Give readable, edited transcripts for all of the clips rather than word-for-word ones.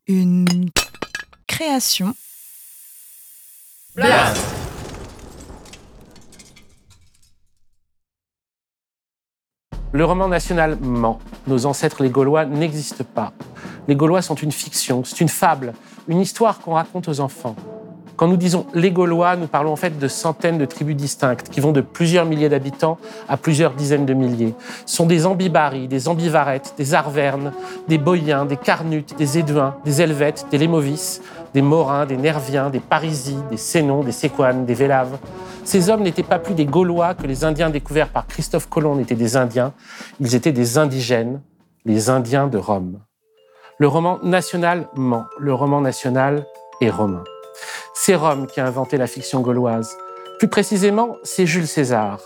Une création. Blast! Le roman national ment. Nos ancêtres, les Gaulois, n'existent pas. Les Gaulois sont une fiction, c'est une fable, une histoire qu'on raconte aux enfants. Quand nous disons les Gaulois, nous parlons en fait de centaines de tribus distinctes qui vont de plusieurs milliers d'habitants à plusieurs dizaines de milliers. Ce sont des Ambibaris, des Ambivarettes, des Arvernes, des Boïens, des Carnutes, des Éduins, des Helvètes, des Lémovis, des Morins, des Nerviens, des Parisi, des Sénons, des Séquanes, des Vélaves. Ces hommes n'étaient pas plus des Gaulois que les Indiens découverts par Christophe Colomb n'étaient des Indiens. Ils étaient des indigènes, les Indiens de Rome. Le roman national ment. Le roman national est romain. C'est Rome qui a inventé la fiction gauloise. Plus précisément, c'est Jules César.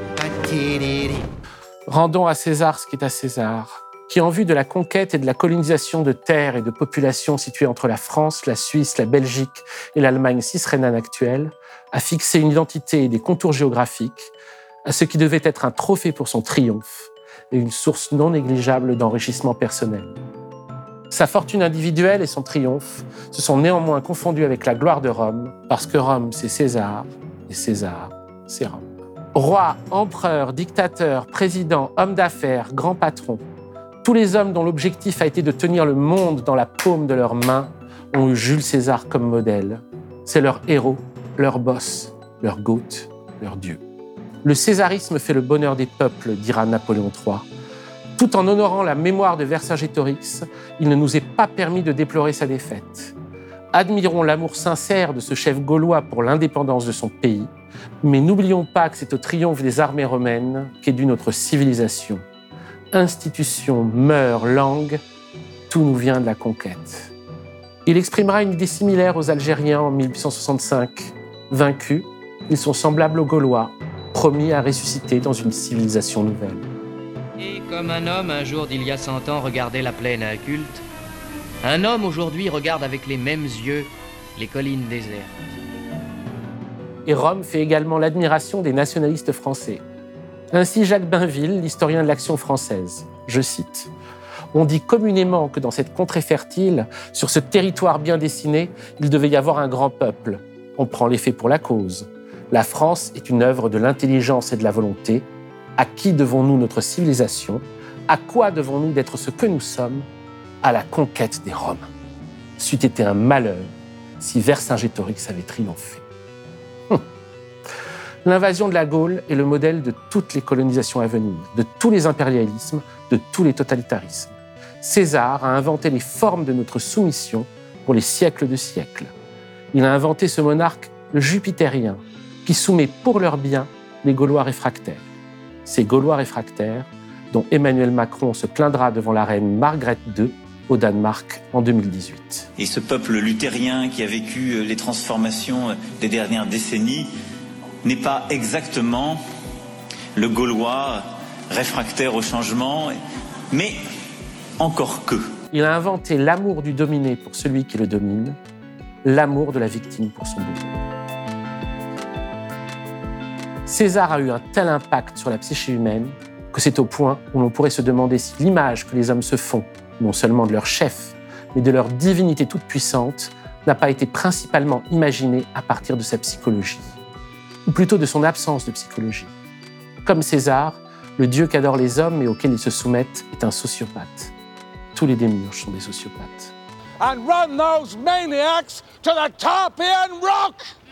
Rendons à César ce qui est à César, qui, en vue de la conquête et de la colonisation de terres et de populations situées entre la France, la Suisse, la Belgique et l'Allemagne cisrhénane actuelle, a fixé une identité et des contours géographiques à ce qui devait être un trophée pour son triomphe et une source non négligeable d'enrichissement personnel. Sa fortune individuelle et son triomphe se sont néanmoins confondus avec la gloire de Rome, parce que Rome, c'est César, et César, c'est Rome. Roi, empereur, dictateur, président, homme d'affaires, grand patron, tous les hommes dont l'objectif a été de tenir le monde dans la paume de leurs mains ont eu Jules César comme modèle. C'est leur héros, leur boss, leur goût, leur dieu. Le césarisme fait le bonheur des peuples, dira Napoléon III. Tout en honorant la mémoire de Vercingétorix, il ne nous est pas permis de déplorer sa défaite. Admirons l'amour sincère de ce chef gaulois pour l'indépendance de son pays, mais n'oublions pas que c'est au triomphe des armées romaines qu'est due notre civilisation. Institutions, mœurs, langues, tout nous vient de la conquête. Il exprimera une idée similaire aux Algériens en 1865. Vaincus, ils sont semblables aux Gaulois, promis à ressusciter dans une civilisation nouvelle. Et comme un homme, un jour d'il y a 100 ans, regardait la plaine inculte, un homme aujourd'hui regarde avec les mêmes yeux les collines désertes. Et Rome fait également l'admiration des nationalistes français. Ainsi Jacques Bainville, l'historien de l'Action française, je cite, « On dit communément que dans cette contrée fertile, sur ce territoire bien dessiné, il devait y avoir un grand peuple. On prend les faits pour la cause. La France est une œuvre de l'intelligence et de la volonté. À qui devons-nous notre civilisation ? À quoi devons-nous d'être ce que nous sommes ? À la conquête des Romains. C'eût été un malheur si Vercingétorix avait triomphé. L'invasion de la Gaule est le modèle de toutes les colonisations à venir, de tous les impérialismes, de tous les totalitarismes. César a inventé les formes de notre soumission pour les siècles de siècles. Il a inventé ce monarque, le jupitérien, qui soumet pour leur bien les Gaulois réfractaires. Ces Gaulois réfractaires dont Emmanuel Macron se plaindra devant la reine Margrethe II au Danemark en 2018. Et ce peuple luthérien qui a vécu les transformations des dernières décennies n'est pas exactement le Gaulois réfractaire au changement, mais encore que. Il a inventé l'amour du dominé pour celui qui le domine, l'amour de la victime pour son bourreau. César a eu un tel impact sur la psyché humaine que c'est au point où l'on pourrait se demander si l'image que les hommes se font, non seulement de leur chef, mais de leur divinité toute puissante, n'a pas été principalement imaginée à partir de sa psychologie, ou plutôt de son absence de psychologie. Comme César, le dieu qu'adorent les hommes et auquel ils se soumettent est un sociopathe. Tous les démiurges sont des sociopathes. And run those maniacs to the Tarpeian Rock!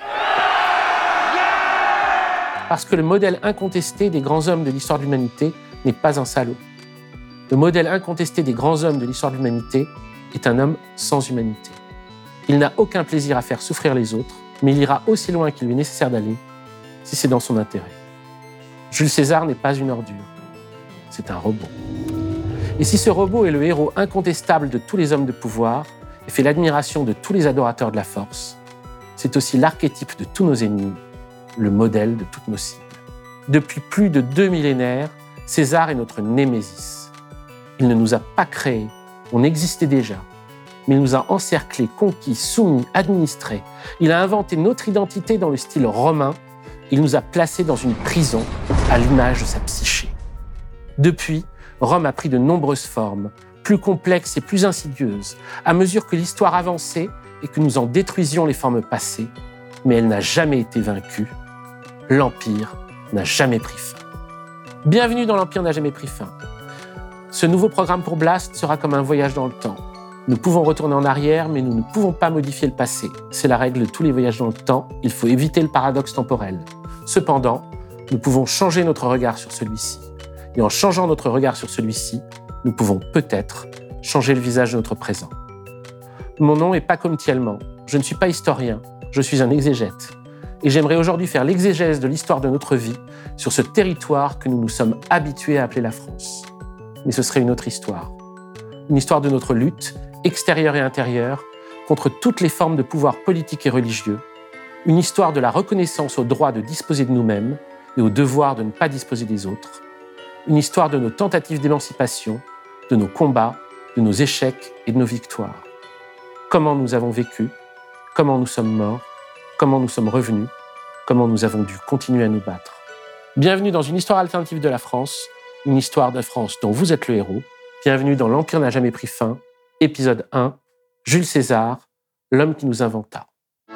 Parce que le modèle incontesté des grands hommes de l'histoire de l'humanité n'est pas un salaud. Le modèle incontesté des grands hommes de l'histoire de l'humanité est un homme sans humanité. Il n'a aucun plaisir à faire souffrir les autres, mais il ira aussi loin qu'il lui est nécessaire d'aller, si c'est dans son intérêt. Jules César n'est pas une ordure, c'est un robot. Et si ce robot est le héros incontestable de tous les hommes de pouvoir et fait l'admiration de tous les adorateurs de la force, c'est aussi l'archétype de tous nos ennemis, le modèle de toutes nos cibles. Depuis plus de 2 millénaires, César est notre némésis. Il ne nous a pas créés, on existait déjà, mais il nous a encerclés, conquis, soumis, administrés. Il a inventé notre identité dans le style romain. Il nous a placés dans une prison à l'image de sa psyché. Depuis, Rome a pris de nombreuses formes, plus complexe et plus insidieuse, à mesure que l'histoire avançait et que nous en détruisions les formes passées, mais elle n'a jamais été vaincue. L'Empire n'a jamais pris fin. Bienvenue dans l'Empire n'a jamais pris fin. Ce nouveau programme pour Blast sera comme un voyage dans le temps. Nous pouvons retourner en arrière, mais nous ne pouvons pas modifier le passé. C'est la règle de tous les voyages dans le temps, il faut éviter le paradoxe temporel. Cependant, nous pouvons changer notre regard sur celui-ci. Et en changeant notre regard sur celui-ci, nous pouvons peut-être changer le visage de notre présent. Mon nom est Paco Thielman. Je ne suis pas historien, je suis un exégète. Et j'aimerais aujourd'hui faire l'exégèse de l'histoire de notre vie sur ce territoire que nous nous sommes habitués à appeler la France. Mais ce serait une autre histoire. Une histoire de notre lutte, extérieure et intérieure, contre toutes les formes de pouvoir politique et religieux. Une histoire de la reconnaissance au droit de disposer de nous-mêmes et au devoir de ne pas disposer des autres. Une histoire de nos tentatives d'émancipation, de nos combats, de nos échecs et de nos victoires. Comment nous avons vécu, comment nous sommes morts, comment nous sommes revenus, comment nous avons dû continuer à nous battre. Bienvenue dans une histoire alternative de la France, une histoire de France dont vous êtes le héros. Bienvenue dans l'Empire n'a jamais pris fin, épisode 1, Jules César, l'homme qui nous inventa.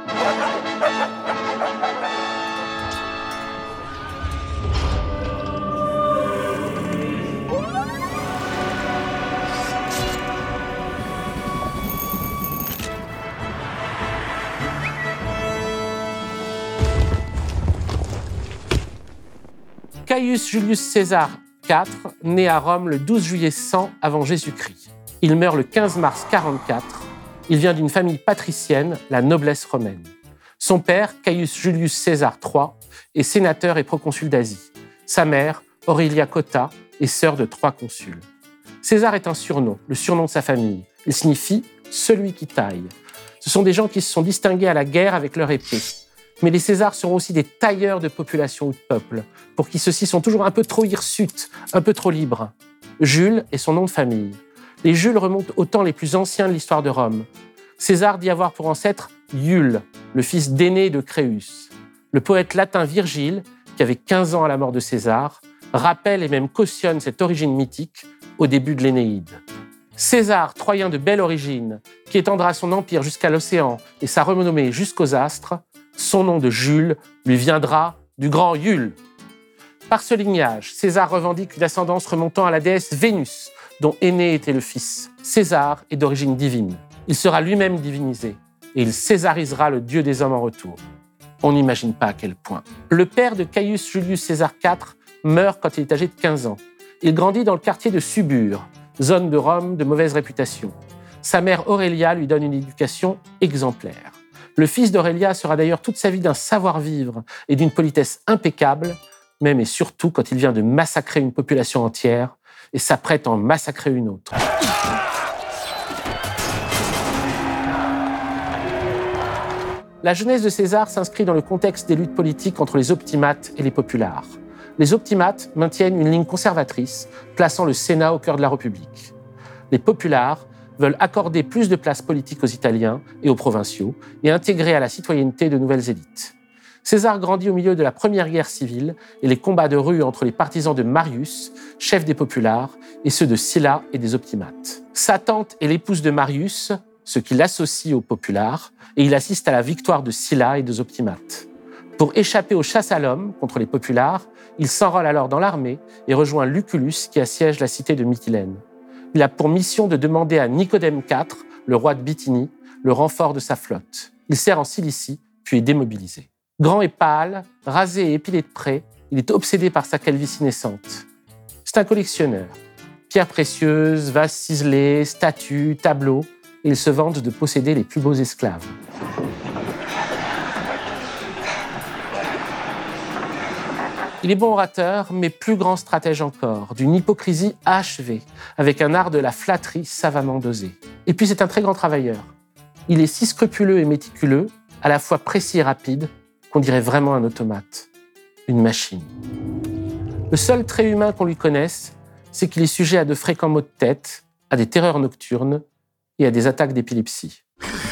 Caius Julius César IV, né à Rome le 12 juillet 100 avant Jésus-Christ. Il meurt le 15 mars 44. Il vient d'une famille patricienne, la noblesse romaine. Son père, Caius Julius César III, est sénateur et proconsul d'Asie. Sa mère, Aurelia Cotta, est sœur de 3 consuls. César est un surnom, le surnom de sa famille. Il signifie « celui qui taille ». Ce sont des gens qui se sont distingués à la guerre avec leur épée. Mais les Césars seront aussi des tailleurs de population ou de peuple, pour qui ceux-ci sont toujours un peu trop hirsutes, un peu trop libres. Jules est son nom de famille. Les Jules remontent aux temps les plus anciens de l'histoire de Rome. César dit avoir pour ancêtre Iule, le fils d'Énée de Créus. Le poète latin Virgile, qui avait 15 ans à la mort de César, rappelle et même cautionne cette origine mythique au début de l'Énéide. César, troyen de belle origine, qui étendra son empire jusqu'à l'océan et sa renommée jusqu'aux astres, son nom de Jules lui viendra du grand Iule. Par ce lignage, César revendique une ascendance remontant à la déesse Vénus, dont Énée était le fils. César est d'origine divine. Il sera lui-même divinisé et il césarisera le dieu des hommes en retour. On n'imagine pas à quel point. Le père de Caius Julius César IV meurt quand il est âgé de 15 ans. Il grandit dans le quartier de Subure, zone de Rome de mauvaise réputation. Sa mère Aurelia lui donne une éducation exemplaire. Le fils d'Aurelia sera d'ailleurs toute sa vie d'un savoir-vivre et d'une politesse impeccable, même et surtout quand il vient de massacrer une population entière et s'apprête à en massacrer une autre. La jeunesse de César s'inscrit dans le contexte des luttes politiques entre les optimates et les populares. Les optimates maintiennent une ligne conservatrice, plaçant le Sénat au cœur de la République. Les populares veulent accorder plus de place politique aux Italiens et aux provinciaux et intégrer à la citoyenneté de nouvelles élites. César grandit au milieu de la première guerre civile et les combats de rue entre les partisans de Marius, chef des populares, et ceux de Sylla et des optimates. Sa tante est l'épouse de Marius, ce qui l'associe aux populares, et il assiste à la victoire de Sylla et des optimates. Pour échapper aux chasses à l'homme contre les populares, il s'enrôle alors dans l'armée et rejoint Lucullus qui assiège la cité de Mytilène. Il a pour mission de demander à Nicodème IV, le roi de Bithynie, le renfort de sa flotte. Il sert en Cilicie, puis est démobilisé. Grand et pâle, rasé et épilé de près, il est obsédé par sa calvitie naissante. C'est un collectionneur. Pierres précieuses, vases ciselés, statues, tableaux, et il se vante de posséder les plus beaux esclaves. Il est bon orateur, mais plus grand stratège encore, d'une hypocrisie achevée, avec un art de la flatterie savamment dosé. Et puis c'est un très grand travailleur. Il est si scrupuleux et méticuleux, à la fois précis et rapide, qu'on dirait vraiment un automate, une machine. Le seul trait humain qu'on lui connaisse, c'est qu'il est sujet à de fréquents maux de tête, à des terreurs nocturnes et à des attaques d'épilepsie.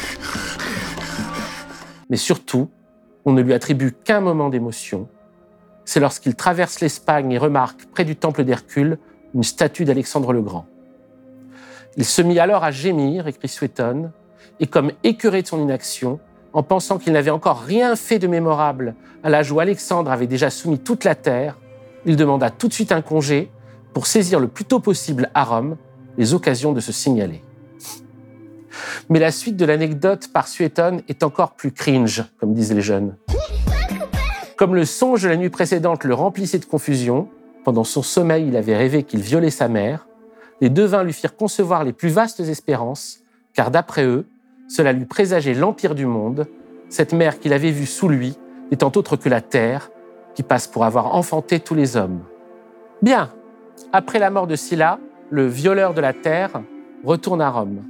Mais surtout, on ne lui attribue qu'un moment d'émotion. C'est lorsqu'il traverse l'Espagne et remarque, près du temple d'Hercule, une statue d'Alexandre le Grand. Il se mit alors à gémir, écrit Suétone, et comme écœuré de son inaction, en pensant qu'il n'avait encore rien fait de mémorable à l'âge où Alexandre avait déjà soumis toute la terre, il demanda tout de suite un congé pour saisir le plus tôt possible à Rome les occasions de se signaler. Mais la suite de l'anecdote par Suétone est encore plus cringe, comme disent les jeunes. Comme le songe de la nuit précédente le remplissait de confusion, pendant son sommeil, il avait rêvé qu'il violait sa mère, les devins lui firent concevoir les plus vastes espérances, car d'après eux, cela lui présageait l'empire du monde, cette mer qu'il avait vue sous lui n'étant autre que la terre, qui passe pour avoir enfanté tous les hommes. Bien, après la mort de Sylla, le violeur de la terre retourne à Rome.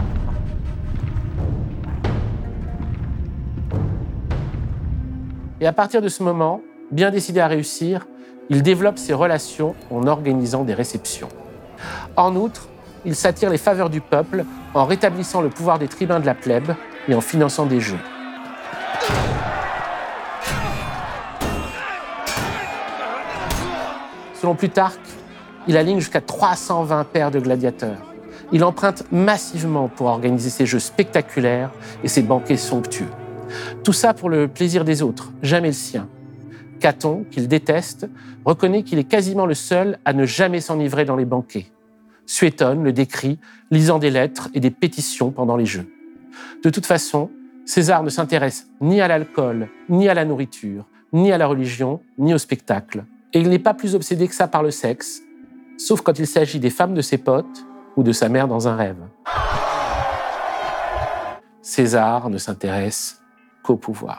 Et à partir de ce moment, bien décidé à réussir, il développe ses relations en organisant des réceptions. En outre, il s'attire les faveurs du peuple en rétablissant le pouvoir des tribuns de la plèbe et en finançant des jeux. Selon Plutarque, il aligne jusqu'à 320 paires de gladiateurs. Il emprunte massivement pour organiser ses jeux spectaculaires et ses banquets somptueux. Tout ça pour le plaisir des autres, jamais le sien. Caton, qu'il déteste, reconnaît qu'il est quasiment le seul à ne jamais s'enivrer dans les banquets. Suétone le décrit, lisant des lettres et des pétitions pendant les jeux. De toute façon, César ne s'intéresse ni à l'alcool, ni à la nourriture, ni à la religion, ni au spectacle. Et il n'est pas plus obsédé que ça par le sexe, sauf quand il s'agit des femmes de ses potes ou de sa mère dans un rêve. César ne s'intéresse qu'au pouvoir.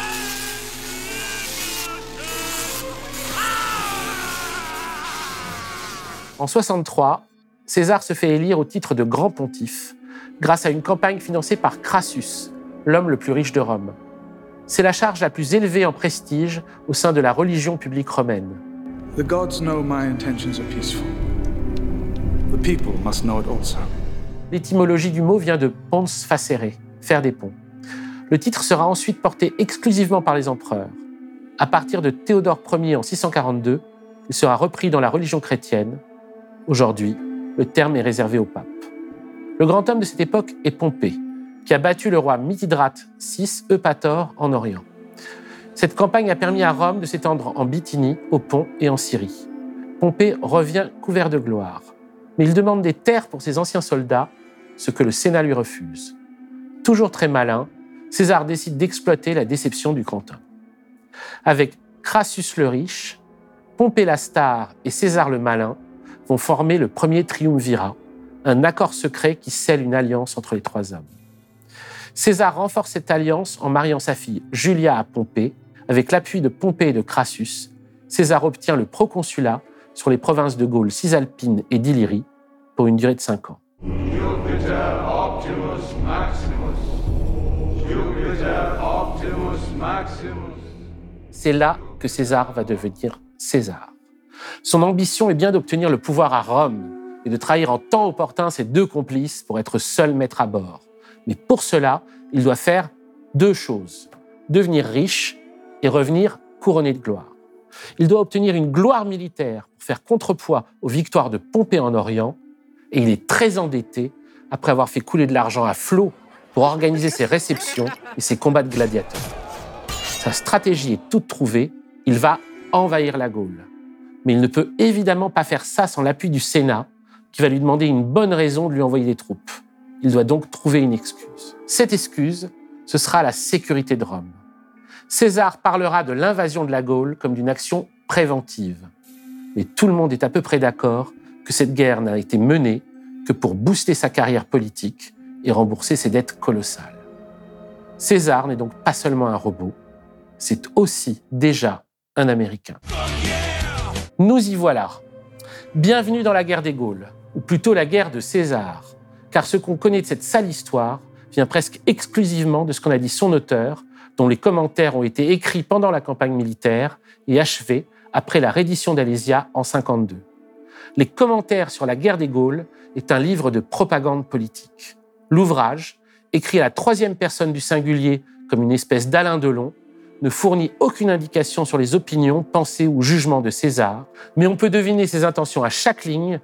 En 63, César se fait élire au titre de grand pontife grâce à une campagne financée par Crassus, l'homme le plus riche de Rome. C'est la charge la plus élevée en prestige au sein de la religion publique romaine. The gods know my intentions are peaceful. The people must know it also. L'étymologie du mot vient de pons facere, faire des ponts. Le titre sera ensuite porté exclusivement par les empereurs. À partir de Théodore Ier en 642, il sera repris dans la religion chrétienne. Aujourd'hui, le terme est réservé au pape. Le grand homme de cette époque est Pompée, qui a battu le roi Mithridates VI Eupator en Orient. Cette campagne a permis à Rome de s'étendre en Bithynie, au Pont et en Syrie. Pompée revient couvert de gloire, mais il demande des terres pour ses anciens soldats, ce que le Sénat lui refuse. Toujours très malin, César décide d'exploiter la déception du grand homme. Avec Crassus le riche, Pompée la star et César le malin vont former le premier triumvirat, un accord secret qui scelle une alliance entre les trois hommes. César renforce cette alliance en mariant sa fille Julia à Pompée. Avec l'appui de Pompée et de Crassus, César obtient le proconsulat sur les provinces de Gaule cisalpine et d'Illyrie pour une durée de 5 ans. C'est là que César va devenir César. Son ambition est bien d'obtenir le pouvoir à Rome et de trahir en temps opportun ses deux complices pour être seul maître à bord. Mais pour cela, il doit faire 2 choses. Devenir riche et revenir couronné de gloire. Il doit obtenir une gloire militaire pour faire contrepoids aux victoires de Pompée en Orient, et il est très endetté après avoir fait couler de l'argent à flot pour organiser ses réceptions et ses combats de gladiateurs. Sa stratégie est toute trouvée, il va envahir la Gaule. Mais il ne peut évidemment pas faire ça sans l'appui du Sénat, qui va lui demander une bonne raison de lui envoyer des troupes. Il doit donc trouver une excuse. Cette excuse, ce sera la sécurité de Rome. César parlera de l'invasion de la Gaule comme d'une action préventive. Mais tout le monde est à peu près d'accord que cette guerre n'a été menée que pour booster sa carrière politique et rembourser ses dettes colossales. César n'est donc pas seulement un robot, c'est aussi déjà un Américain. Nous y voilà. Bienvenue dans la guerre des Gaules, ou plutôt la guerre de César, car ce qu'on connaît de cette sale histoire vient presque exclusivement de ce qu'en a dit son auteur, dont les commentaires ont été écrits pendant la campagne militaire et achevés après la reddition d'Alésia en 52. Les commentaires sur la guerre des Gaules est un livre de propagande politique. L'ouvrage, écrit à la 3e personne du singulier comme une espèce d'Alain Delon, ne fournit aucune indication sur les opinions, pensées ou jugements de César, mais on peut deviner ses intentions à chaque ligne,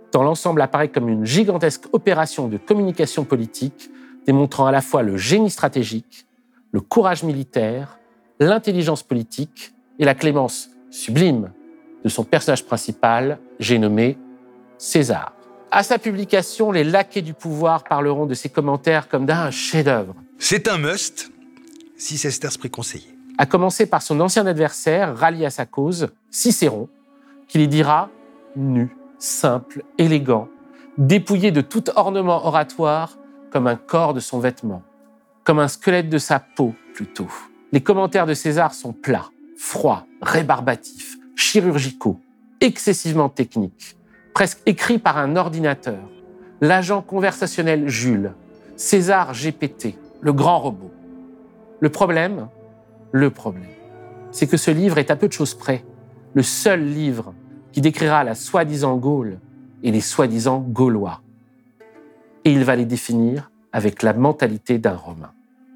tant l'ensemble apparaît comme une gigantesque opération de communication politique, démontrant à la fois le génie stratégique, le courage militaire, l'intelligence politique et la clémence sublime de son personnage principal, j'ai nommé César. À sa publication, les laquais du pouvoir parleront de ses commentaires comme d'un chef-d'œuvre. C'est un must, si c'est cet esprit conseillé. À commencer par son ancien adversaire, rallié à sa cause, Cicéron, qui les dira nu, simple, élégant, dépouillé de tout ornement oratoire, comme un corps de son vêtement, comme un squelette de sa peau, plutôt. Les commentaires de César sont plats, froids, rébarbatifs, chirurgicaux, excessivement techniques, presque écrits par un ordinateur. L'agent conversationnel Jules, César GPT, le grand robot. Le problème, c'est que ce livre est à peu de choses près le seul livre qui décrira la soi-disant Gaule et les soi-disant Gaulois. Et il va les définir avec la mentalité d'un Romain.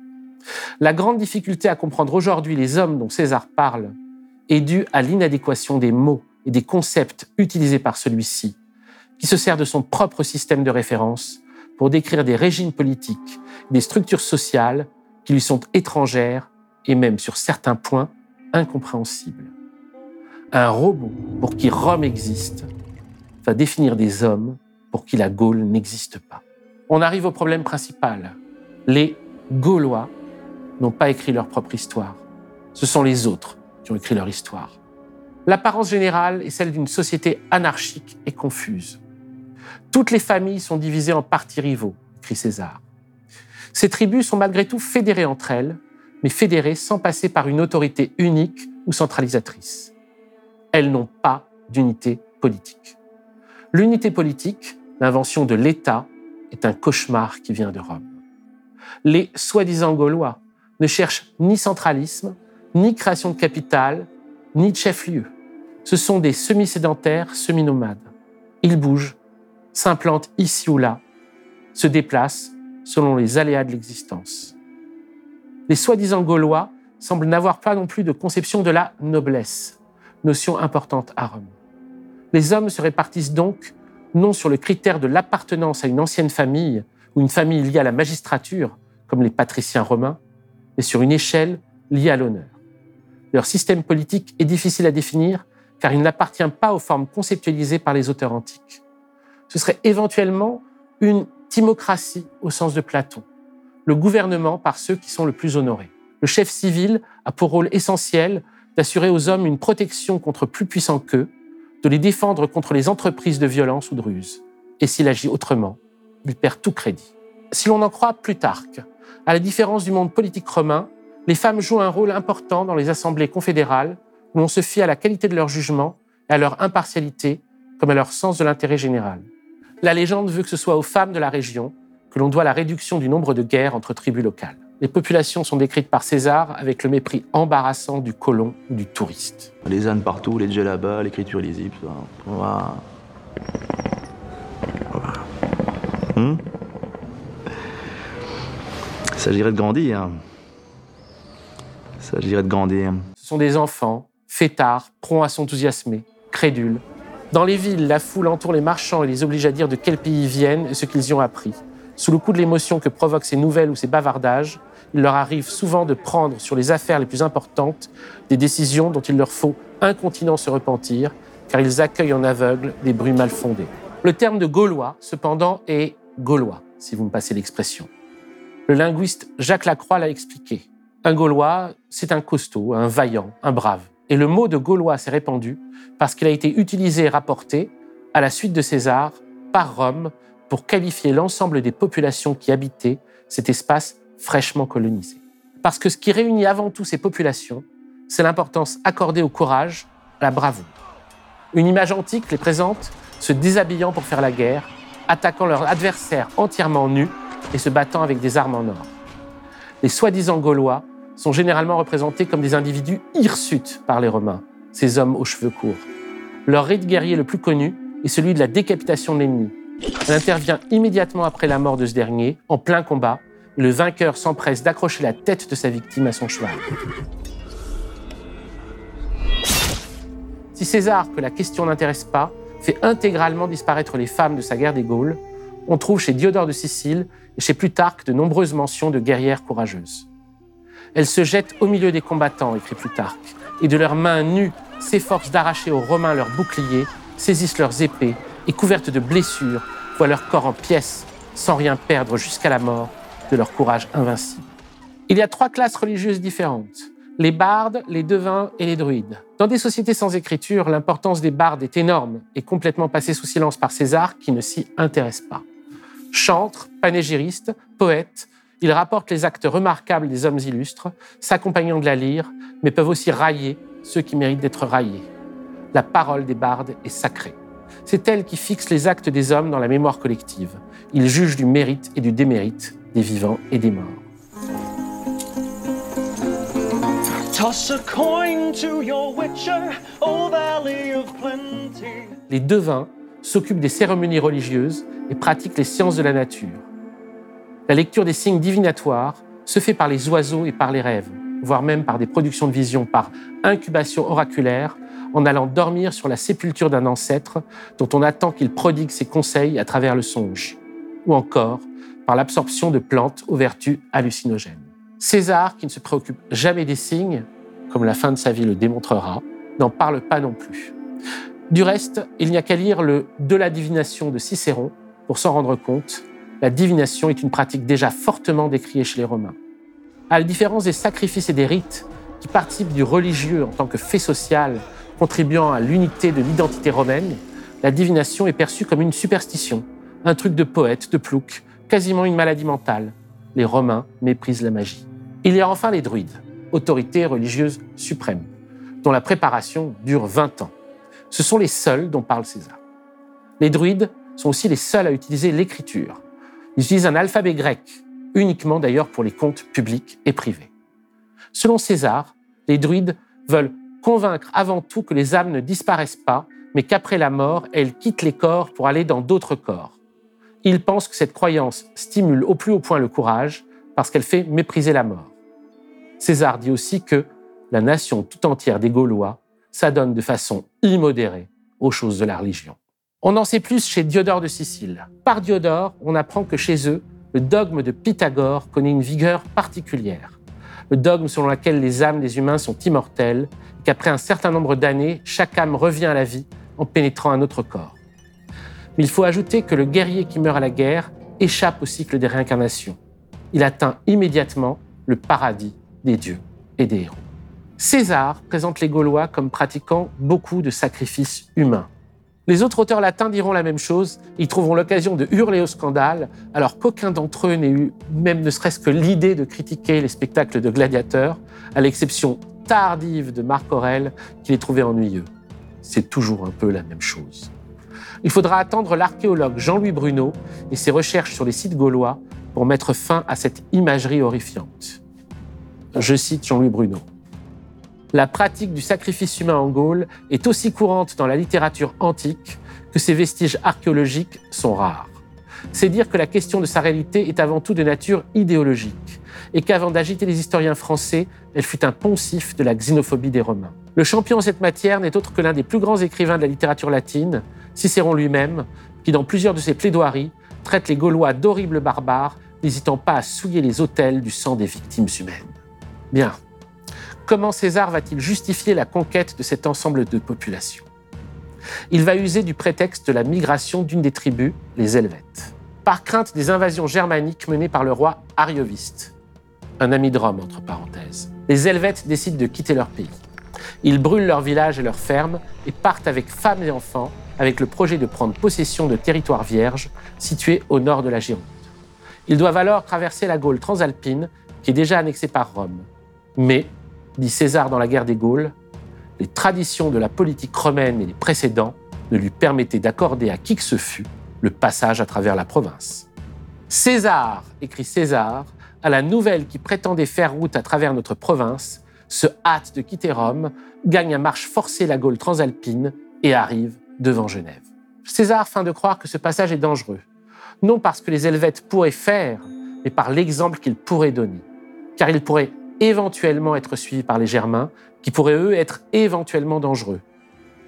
La grande difficulté à comprendre aujourd'hui les hommes dont César parle est due à l'inadéquation des mots et des concepts utilisés par celui-ci, qui se sert de son propre système de référence pour décrire des régimes politiques, des structures sociales qui lui sont étrangères et même sur certains points incompréhensibles. Un robot pour qui Rome existe va définir des hommes pour qui la Gaule n'existe pas. On arrive au problème principal. Les Gaulois n'ont pas écrit leur propre histoire. Ce sont les autres qui ont écrit leur histoire. L'apparence générale est celle d'une société anarchique et confuse. Toutes les familles sont divisées en partis rivaux, écrit César. Ces tribus sont malgré tout fédérées entre elles, mais fédérées sans passer par une autorité unique ou centralisatrice. Elles n'ont pas d'unité politique. L'unité politique, l'invention de l'État, est un cauchemar qui vient de Rome. Les soi-disant Gaulois ne cherchent ni centralisme, ni création de capitale, ni de chef-lieu. Ce sont des semi-sédentaires, semi-nomades. Ils bougent, s'implantent ici ou là, se déplacent selon les aléas de l'existence. Les soi-disant Gaulois semblent n'avoir pas non plus de conception de la noblesse, notion importante à Rome. Les hommes se répartissent donc non sur le critère de l'appartenance à une ancienne famille ou une famille liée à la magistrature, comme les patriciens romains, mais sur une échelle liée à l'honneur. Leur système politique est difficile à définir car il n'appartient pas aux formes conceptualisées par les auteurs antiques. Ce serait éventuellement une timocratie au sens de Platon, le gouvernement par ceux qui sont le plus honorés. Le chef civil a pour rôle essentiel d'assurer aux hommes une protection contre plus puissants qu'eux, de les défendre contre les entreprises de violence ou de ruse. Et s'il agit autrement, il perd tout crédit. Si l'on en croit Plutarque, à la différence du monde politique romain, les femmes jouent un rôle important dans les assemblées confédérales où l'on se fie à la qualité de leur jugement et à leur impartialité comme à leur sens de l'intérêt général. La légende veut que ce soit aux femmes de la région que l'on doit la réduction du nombre de guerres entre tribus locales. Les populations sont décrites par César avec le mépris embarrassant du colon ou du touriste. Les ânes partout, les djellabas, l'écriture illisible, ça. Voilà. Il s'agirait de grandir. Ce sont des enfants, fêtards, prompts à s'enthousiasmer, crédules. Dans les villes, la foule entoure les marchands et les oblige à dire de quel pays ils viennent et ce qu'ils y ont appris. Sous le coup de l'émotion que provoquent ces nouvelles ou ces bavardages, il leur arrive souvent de prendre sur les affaires les plus importantes des décisions dont il leur faut incontinent se repentir, car ils accueillent en aveugle des bruits mal fondés. Le terme de Gaulois, cependant, est gaulois, si vous me passez l'expression. Le linguiste Jacques Lacroix l'a expliqué. Un Gaulois, c'est un costaud, un vaillant, un brave. Et le mot de Gaulois s'est répandu parce qu'il a été utilisé et rapporté, à la suite de César, par Rome, pour qualifier l'ensemble des populations qui habitaient cet espace fraîchement colonisé. Parce que ce qui réunit avant tout ces populations, c'est l'importance accordée au courage, à la bravoure. Une image antique les présente se déshabillant pour faire la guerre, attaquant leur adversaire entièrement nu et se battant avec des armes en or. Les soi-disant Gaulois sont généralement représentés comme des individus hirsutes par les Romains, ces hommes aux cheveux courts. Leur rite guerrier le plus connu est celui de la décapitation de l'ennemi. Elle intervient immédiatement après la mort de ce dernier, en plein combat, et le vainqueur s'empresse d'accrocher la tête de sa victime à son cheval. Si César, que la question n'intéresse pas, fait intégralement disparaître les femmes de sa guerre des Gaules, on trouve chez Diodore de Sicile et chez Plutarque de nombreuses mentions de guerrières courageuses. Elles se jettent au milieu des combattants, écrit Plutarque, et de leurs mains nues s'efforcent d'arracher aux Romains leurs boucliers, saisissent leurs épées et, couvertes de blessures, voient leur corps en pièces, sans rien perdre jusqu'à la mort de leur courage invincible. Il y a 3 classes religieuses différentes, les bardes, les devins et les druides. Dans des sociétés sans écriture, l'importance des bardes est énorme et complètement passée sous silence par César qui ne s'y intéresse pas. Chantres, panégyristes, poètes, ils rapportent les actes remarquables des hommes illustres, s'accompagnant de la lyre, mais peuvent aussi railler ceux qui méritent d'être raillés. La parole des bardes est sacrée. C'est elle qui fixe les actes des hommes dans la mémoire collective. Ils jugent du mérite et du démérite des vivants et des morts. Toss a coin to your witcher, O valley of plenty. Les devins s'occupent des cérémonies religieuses et pratiquent les sciences de la nature. La lecture des signes divinatoires se fait par les oiseaux et par les rêves, voire même par des productions de vision, par incubation oraculaire, en allant dormir sur la sépulture d'un ancêtre dont on attend qu'il prodigue ses conseils à travers le songe, ou encore par l'absorption de plantes aux vertus hallucinogènes. César, qui ne se préoccupe jamais des signes, comme la fin de sa vie le démontrera, n'en parle pas non plus. Du reste, il n'y a qu'à lire le « De la divination » de Cicéron pour s'en rendre compte. La divination est une pratique déjà fortement décriée chez les Romains. À la différence des sacrifices et des rites, qui participent du religieux en tant que fait social, contribuant à l'unité de l'identité romaine, la divination est perçue comme une superstition, un truc de poète, de plouc, quasiment une maladie mentale. Les Romains méprisent la magie. Il y a enfin les druides, autorités religieuses suprêmes, dont la préparation dure 20 ans. Ce sont les seuls dont parle César. Les druides sont aussi les seuls à utiliser l'écriture. Ils utilisent un alphabet grec, uniquement d'ailleurs pour les comptes publics et privés. Selon César, les druides veulent convaincre avant tout que les âmes ne disparaissent pas, mais qu'après la mort, elles quittent les corps pour aller dans d'autres corps. Ils pensent que cette croyance stimule au plus haut point le courage parce qu'elle fait mépriser la mort. César dit aussi que la nation tout entière des Gaulois s'adonne de façon immodérée aux choses de la religion. On en sait plus chez Diodore de Sicile. Par Diodore, on apprend que chez eux, le dogme de Pythagore connaît une vigueur particulière. Le dogme selon lequel les âmes des humains sont immortelles et qu'après un certain nombre d'années, chaque âme revient à la vie en pénétrant un autre corps. Mais il faut ajouter que le guerrier qui meurt à la guerre échappe au cycle des réincarnations. Il atteint immédiatement le paradis des dieux et des héros. César présente les Gaulois comme pratiquant beaucoup de sacrifices humains. Les autres auteurs latins diront la même chose, ils trouveront l'occasion de hurler au scandale, alors qu'aucun d'entre eux n'ait eu même ne serait-ce que l'idée de critiquer les spectacles de gladiateurs, à l'exception tardive de Marc Aurèle, qui les trouvait ennuyeux. C'est toujours un peu la même chose. Il faudra attendre l'archéologue Jean-Louis Bruno et ses recherches sur les sites gaulois pour mettre fin à cette imagerie horrifiante. Je cite Jean-Louis Bruno. La pratique du sacrifice humain en Gaule est aussi courante dans la littérature antique que ses vestiges archéologiques sont rares. C'est dire que la question de sa réalité est avant tout de nature idéologique et qu'avant d'agiter les historiens français, elle fut un poncif de la xénophobie des Romains. Le champion en cette matière n'est autre que l'un des plus grands écrivains de la littérature latine, Cicéron lui-même, qui dans plusieurs de ses plaidoiries traite les Gaulois d'horribles barbares, n'hésitant pas à souiller les autels du sang des victimes humaines. Bien. Comment César va-t-il justifier la conquête de cet ensemble de populations ? Il va user du prétexte de la migration d'une des tribus, les Helvètes, par crainte des invasions germaniques menées par le roi Arioviste, un ami de Rome, entre parenthèses. Les Helvètes décident de quitter leur pays. Ils brûlent leurs villages et leurs fermes et partent avec femmes et enfants avec le projet de prendre possession de territoires vierges situés au nord de la Gironde. Ils doivent alors traverser la Gaule transalpine, qui est déjà annexée par Rome. Mais, dit César dans la guerre des Gaules, les traditions de la politique romaine et les précédents ne lui permettaient d'accorder à qui que ce fût le passage à travers la province. César, écrit César, à la nouvelle qui prétendait faire route à travers notre province, se hâte de quitter Rome, gagne à marche forcée la Gaule transalpine et arrive devant Genève. César feint de croire que ce passage est dangereux, non parce que les Helvètes pourraient faire, mais par l'exemple qu'ils pourraient donner, car ils pourraient éventuellement être suivis par les Germains, qui pourraient eux être éventuellement dangereux.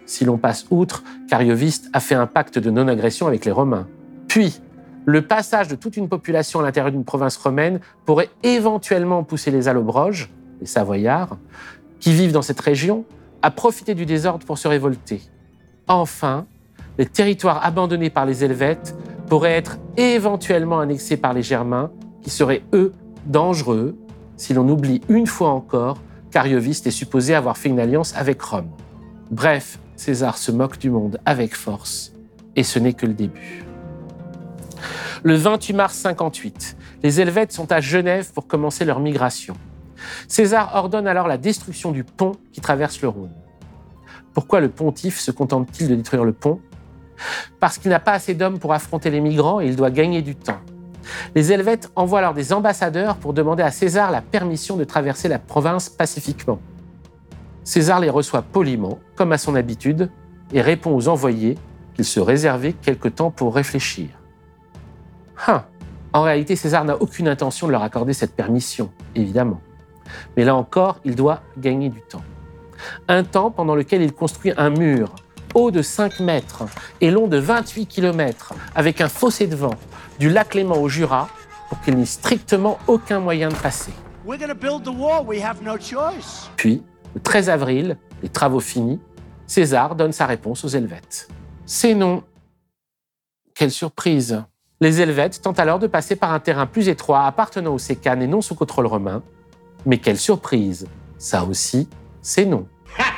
Si l'on passe outre qu'Arioviste a fait un pacte de non-agression avec les Romains. Puis, le passage de toute une population à l'intérieur d'une province romaine pourrait éventuellement pousser les Allobroges, les Savoyards, qui vivent dans cette région, à profiter du désordre pour se révolter. Enfin, les territoires abandonnés par les Helvètes pourraient être éventuellement annexés par les Germains, qui seraient, eux, dangereux, si l'on oublie une fois encore qu'Arioviste est supposé avoir fait une alliance avec Rome. Bref, César se moque du monde avec force, et ce n'est que le début. Le 28 mars 58, les Helvètes sont à Genève pour commencer leur migration. César ordonne alors la destruction du pont qui traverse le Rhône. Pourquoi le pontife se contente-t-il de détruire le pont ? Parce qu'il n'a pas assez d'hommes pour affronter les migrants et il doit gagner du temps. Les Helvètes envoient alors des ambassadeurs pour demander à César la permission de traverser la province pacifiquement. César les reçoit poliment, comme à son habitude, et répond aux envoyés qu'il se réservait quelque temps pour réfléchir. En réalité, César n'a aucune intention de leur accorder cette permission, évidemment. Mais là encore, il doit gagner du temps. Un temps pendant lequel il construit un mur haut de 5 mètres et long de 28 km, avec un fossé de vent, du lac Léman au Jura, pour qu'il n'ait strictement aucun moyen de passer. Puis, le 13 avril, les travaux finis, César donne sa réponse aux Helvètes. C'est non. Quelle surprise! Les Helvètes tentent alors de passer par un terrain plus étroit appartenant aux Sécanes et non sous contrôle romain. Mais quelle surprise! Ça aussi, c'est non.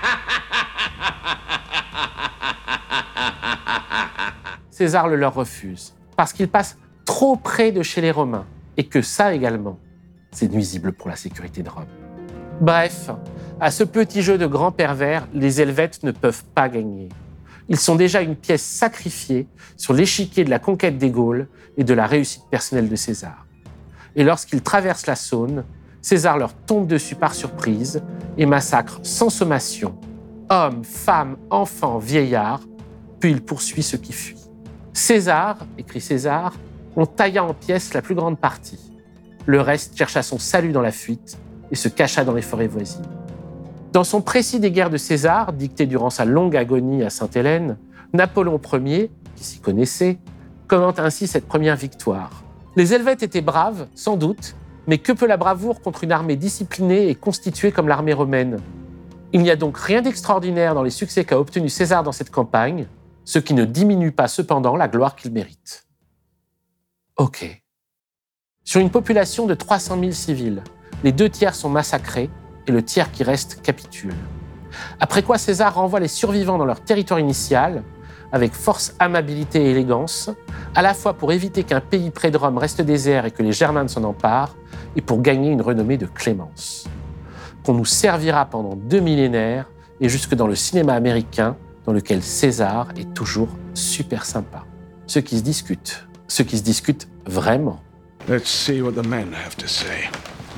César le leur refuse, parce qu'il passe trop près de chez les Romains, et que ça également, c'est nuisible pour la sécurité de Rome. Bref, à ce petit jeu de grands pervers, les Helvètes ne peuvent pas gagner. Ils sont déjà une pièce sacrifiée sur l'échiquier de la conquête des Gaules et de la réussite personnelle de César. Et lorsqu'ils traversent la Saône, César leur tombe dessus par surprise et massacre sans sommation hommes, femmes, enfants, vieillards, puis il poursuit ceux qui fuient. César, écrit César, on tailla en pièces la plus grande partie. Le reste chercha son salut dans la fuite et se cacha dans les forêts voisines. Dans son précis des guerres de César, dicté durant sa longue agonie à Sainte-Hélène, Napoléon Ier, qui s'y connaissait, commente ainsi cette première victoire. Les Helvètes étaient braves, sans doute, mais que peut la bravoure contre une armée disciplinée et constituée comme l'armée romaine ? Il n'y a donc rien d'extraordinaire dans les succès qu'a obtenu César dans cette campagne, ce qui ne diminue pas cependant la gloire qu'il mérite. Ok. Sur une population de 300 000 civils, les 2 tiers sont massacrés et le tiers qui reste capitule. Après quoi César renvoie les survivants dans leur territoire initial, avec force, amabilité et élégance, à la fois pour éviter qu'un pays près de Rome reste désert et que les Germains ne s'en emparent, et pour gagner une renommée de clémence, qu'on nous servira pendant 2 millénaires et jusque dans le cinéma américain, dans lequel César est toujours super sympa. Ce qui se discute vraiment. Let's see what the men have to say.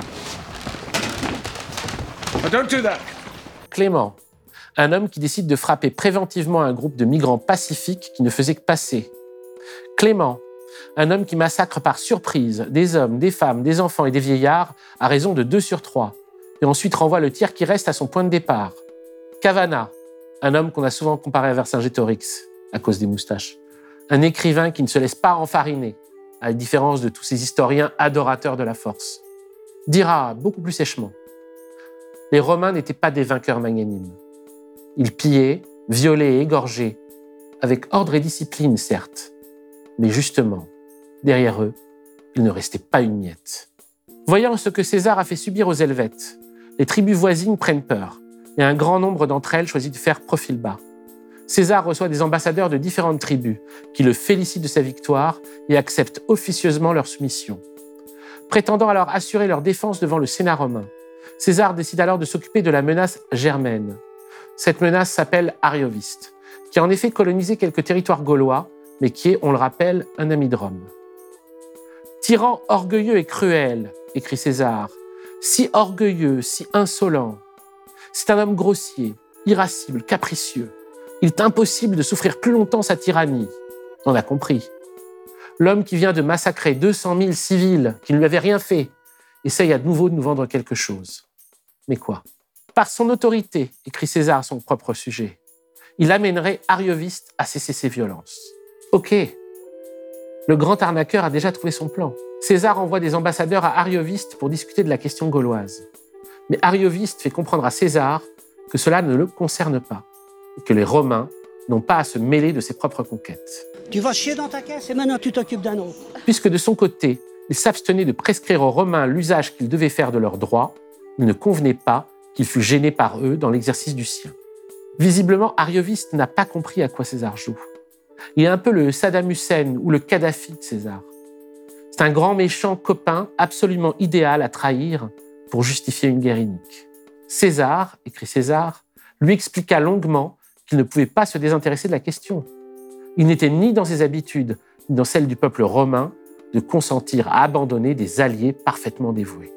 Oh, don't do that. Clément, un homme qui décide de frapper préventivement un groupe de migrants pacifiques qui ne faisait que passer. Clément, un homme qui massacre par surprise des hommes, des femmes, des enfants et des vieillards à raison de 2 sur 3, et ensuite renvoie le tiers qui reste à son point de départ. Cavana, un homme qu'on a souvent comparé à Vercingétorix à cause des moustaches. Un écrivain qui ne se laisse pas enfariner, à la différence de tous ces historiens adorateurs de la force. Dira beaucoup plus sèchement: les Romains n'étaient pas des vainqueurs magnanimes. Ils pillaient, violaient et égorgeaient, avec ordre et discipline, certes, mais justement, derrière eux, il ne restait pas une miette. Voyant ce que César a fait subir aux Helvètes, les tribus voisines prennent peur, et un grand nombre d'entre elles choisissent de faire profil bas. César reçoit des ambassadeurs de différentes tribus qui le félicitent de sa victoire et acceptent officieusement leur soumission. Prétendant alors assurer leur défense devant le Sénat romain, César décide alors de s'occuper de la menace germaine. Cette menace s'appelle Arioviste, qui a en effet colonisé quelques territoires gaulois, mais qui est, on le rappelle, un ami de Rome. « Tyran orgueilleux et cruel », écrit César, « si orgueilleux, si insolent. C'est un homme grossier, irascible, capricieux. Il est impossible de souffrir plus longtemps sa tyrannie. » On a compris. L'homme qui vient de massacrer 200 000 civils qui ne lui avaient rien fait essaye à nouveau de nous vendre quelque chose. Mais quoi ? Par son autorité, écrit César à son propre sujet, Il amènerait Arioviste à cesser ses violences. Ok, le grand arnaqueur a déjà trouvé son plan. César envoie des ambassadeurs à Arioviste pour discuter de la question gauloise. Mais Arioviste fait comprendre à César que cela ne le concerne pas et que les Romains n'ont pas à se mêler de ses propres conquêtes. Tu vas chier dans ta caisse et maintenant tu t'occupes d'un autre. Puisque de son côté, il s'abstenait de prescrire aux Romains l'usage qu'ils devaient faire de leurs droits, il ne convenait pas qu'il fût gêné par eux dans l'exercice du sien. Visiblement, Arioviste n'a pas compris à quoi César joue. Il est un peu le Saddam Hussein ou le Kadhafi de César. C'est un grand méchant copain absolument idéal à trahir pour justifier une guerre inique. César, écrit César, lui expliqua longuement qu'il ne pouvait pas se désintéresser de la question. Il n'était ni dans ses habitudes, ni dans celles du peuple romain, de consentir à abandonner des alliés parfaitement dévoués.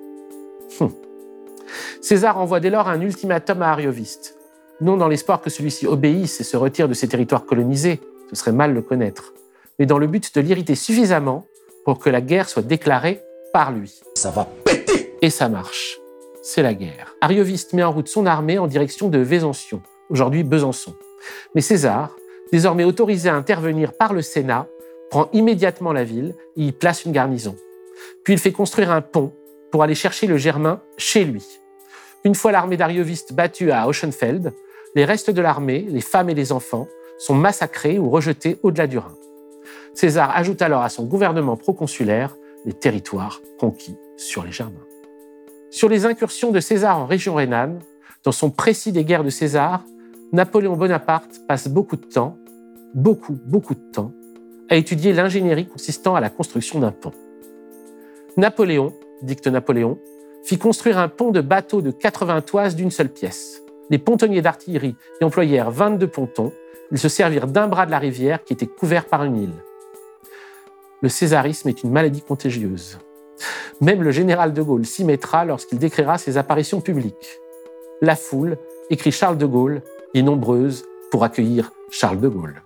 César envoie dès lors un ultimatum à Arioviste, non dans l'espoir que celui-ci obéisse et se retire de ses territoires colonisés, ce serait mal le connaître, mais dans le but de l'irriter suffisamment pour que la guerre soit déclarée par lui. Ça va péter! Et ça marche. C'est la guerre. Arioviste met en route son armée en direction de Vésoncyon, aujourd'hui Besançon. Mais César, désormais autorisé à intervenir par le Sénat, prend immédiatement la ville et y place une garnison. Puis il fait construire un pont pour aller chercher le Germain chez lui. Une fois l'armée d'Arioviste battue à Auchenfeld, les restes de l'armée, les femmes et les enfants, sont massacrés ou rejetés au-delà du Rhin. César ajoute alors à son gouvernement proconsulaire les territoires conquis sur les Germains. Sur les incursions de César en région rhénane, dans son précis des guerres de César, Napoléon Bonaparte passe beaucoup de temps, beaucoup de temps, à étudier l'ingénierie consistant à la construction d'un pont. Napoléon, dicte Napoléon, fit construire un pont de bateau de 80 toises d'une seule pièce. Les pontonniers d'artillerie y employèrent 22 pontons. Ils se servirent d'un bras de la rivière qui était couvert par une île. Le césarisme est une maladie contagieuse. Même le général de Gaulle s'y mettra lorsqu'il décrira ses apparitions publiques. La foule, écrit Charles de Gaulle, est nombreuse pour accueillir Charles de Gaulle.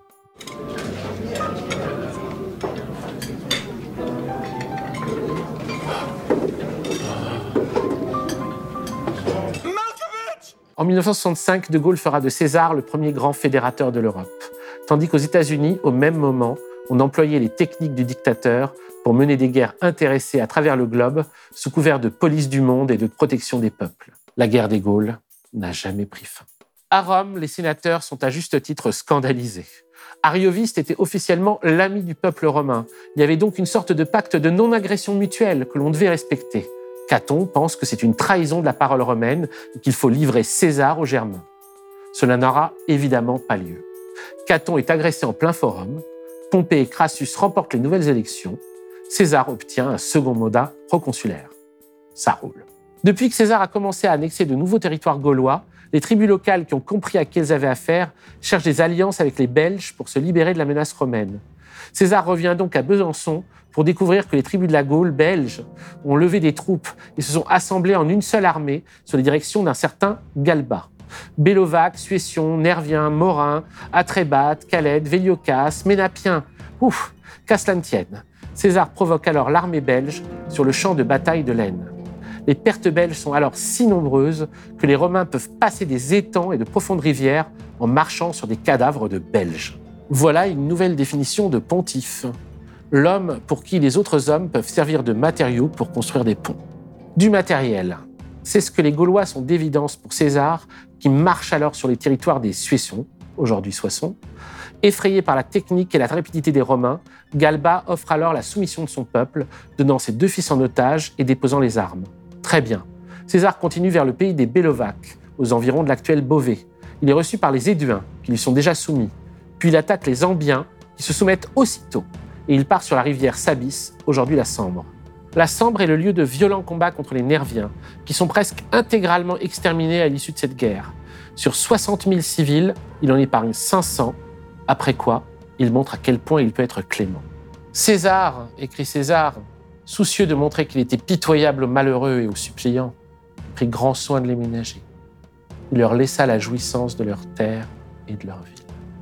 En 1965, de Gaulle fera de César le premier grand fédérateur de l'Europe, tandis qu'aux États-Unis, au même moment, on employait les techniques du dictateur pour mener des guerres intéressées à travers le globe sous couvert de police du monde et de protection des peuples. La guerre des Gaules n'a jamais pris fin. À Rome, les sénateurs sont à juste titre scandalisés. Arioviste était officiellement l'ami du peuple romain. Il y avait donc une sorte de pacte de non-agression mutuelle que l'on devait respecter. Caton pense que c'est une trahison de la parole romaine et qu'il faut livrer César aux Germains. Cela n'aura évidemment pas lieu. Caton est agressé en plein forum. Pompée et Crassus remportent les nouvelles élections. César obtient un second mandat proconsulaire. Ça roule. Depuis que César a commencé à annexer de nouveaux territoires gaulois, les tribus locales qui ont compris à qui elles avaient affaire cherchent des alliances avec les Belges pour se libérer de la menace romaine. César revient donc à Besançon pour découvrir que les tribus de la Gaule belge ont levé des troupes et se sont assemblées en une seule armée sous la direction d'un certain Galba. Bélovac, Suession, Nervien, Morin, Atrébat, Calède, Véliocas, Ménapien, qu'à cela ne tienne. César provoque alors l'armée belge sur le champ de bataille de l'Aisne. Les pertes belges sont alors si nombreuses que les Romains peuvent passer des étangs et de profondes rivières en marchant sur des cadavres de Belges. Voilà une nouvelle définition de pontife. L'homme pour qui les autres hommes peuvent servir de matériaux pour construire des ponts. Du matériel. C'est ce que les Gaulois sont d'évidence pour César, qui marche alors sur les territoires des Suessons, aujourd'hui Soissons. Effrayé par la technique et la rapidité des Romains, Galba offre alors la soumission de son peuple, donnant ses 2 fils en otage et déposant les armes. Très bien. César continue vers le pays des Bélovaques, aux environs de l'actuel Beauvais. Il est reçu par les Éduins, qui lui sont déjà soumis. Puis il attaque les Ambiens, qui se soumettent aussitôt. Et il part sur la rivière Sabis, aujourd'hui la Sambre. La Sambre est le lieu de violents combats contre les Nerviens, qui sont presque intégralement exterminés à l'issue de cette guerre. Sur 60 000 civils, il en épargne 500, après quoi il montre à quel point il peut être clément. César, écrit César, soucieux de montrer qu'il était pitoyable aux malheureux et aux suppliants, prit grand soin de les ménager. Il leur laissa la jouissance de leurs terres et de leur ville.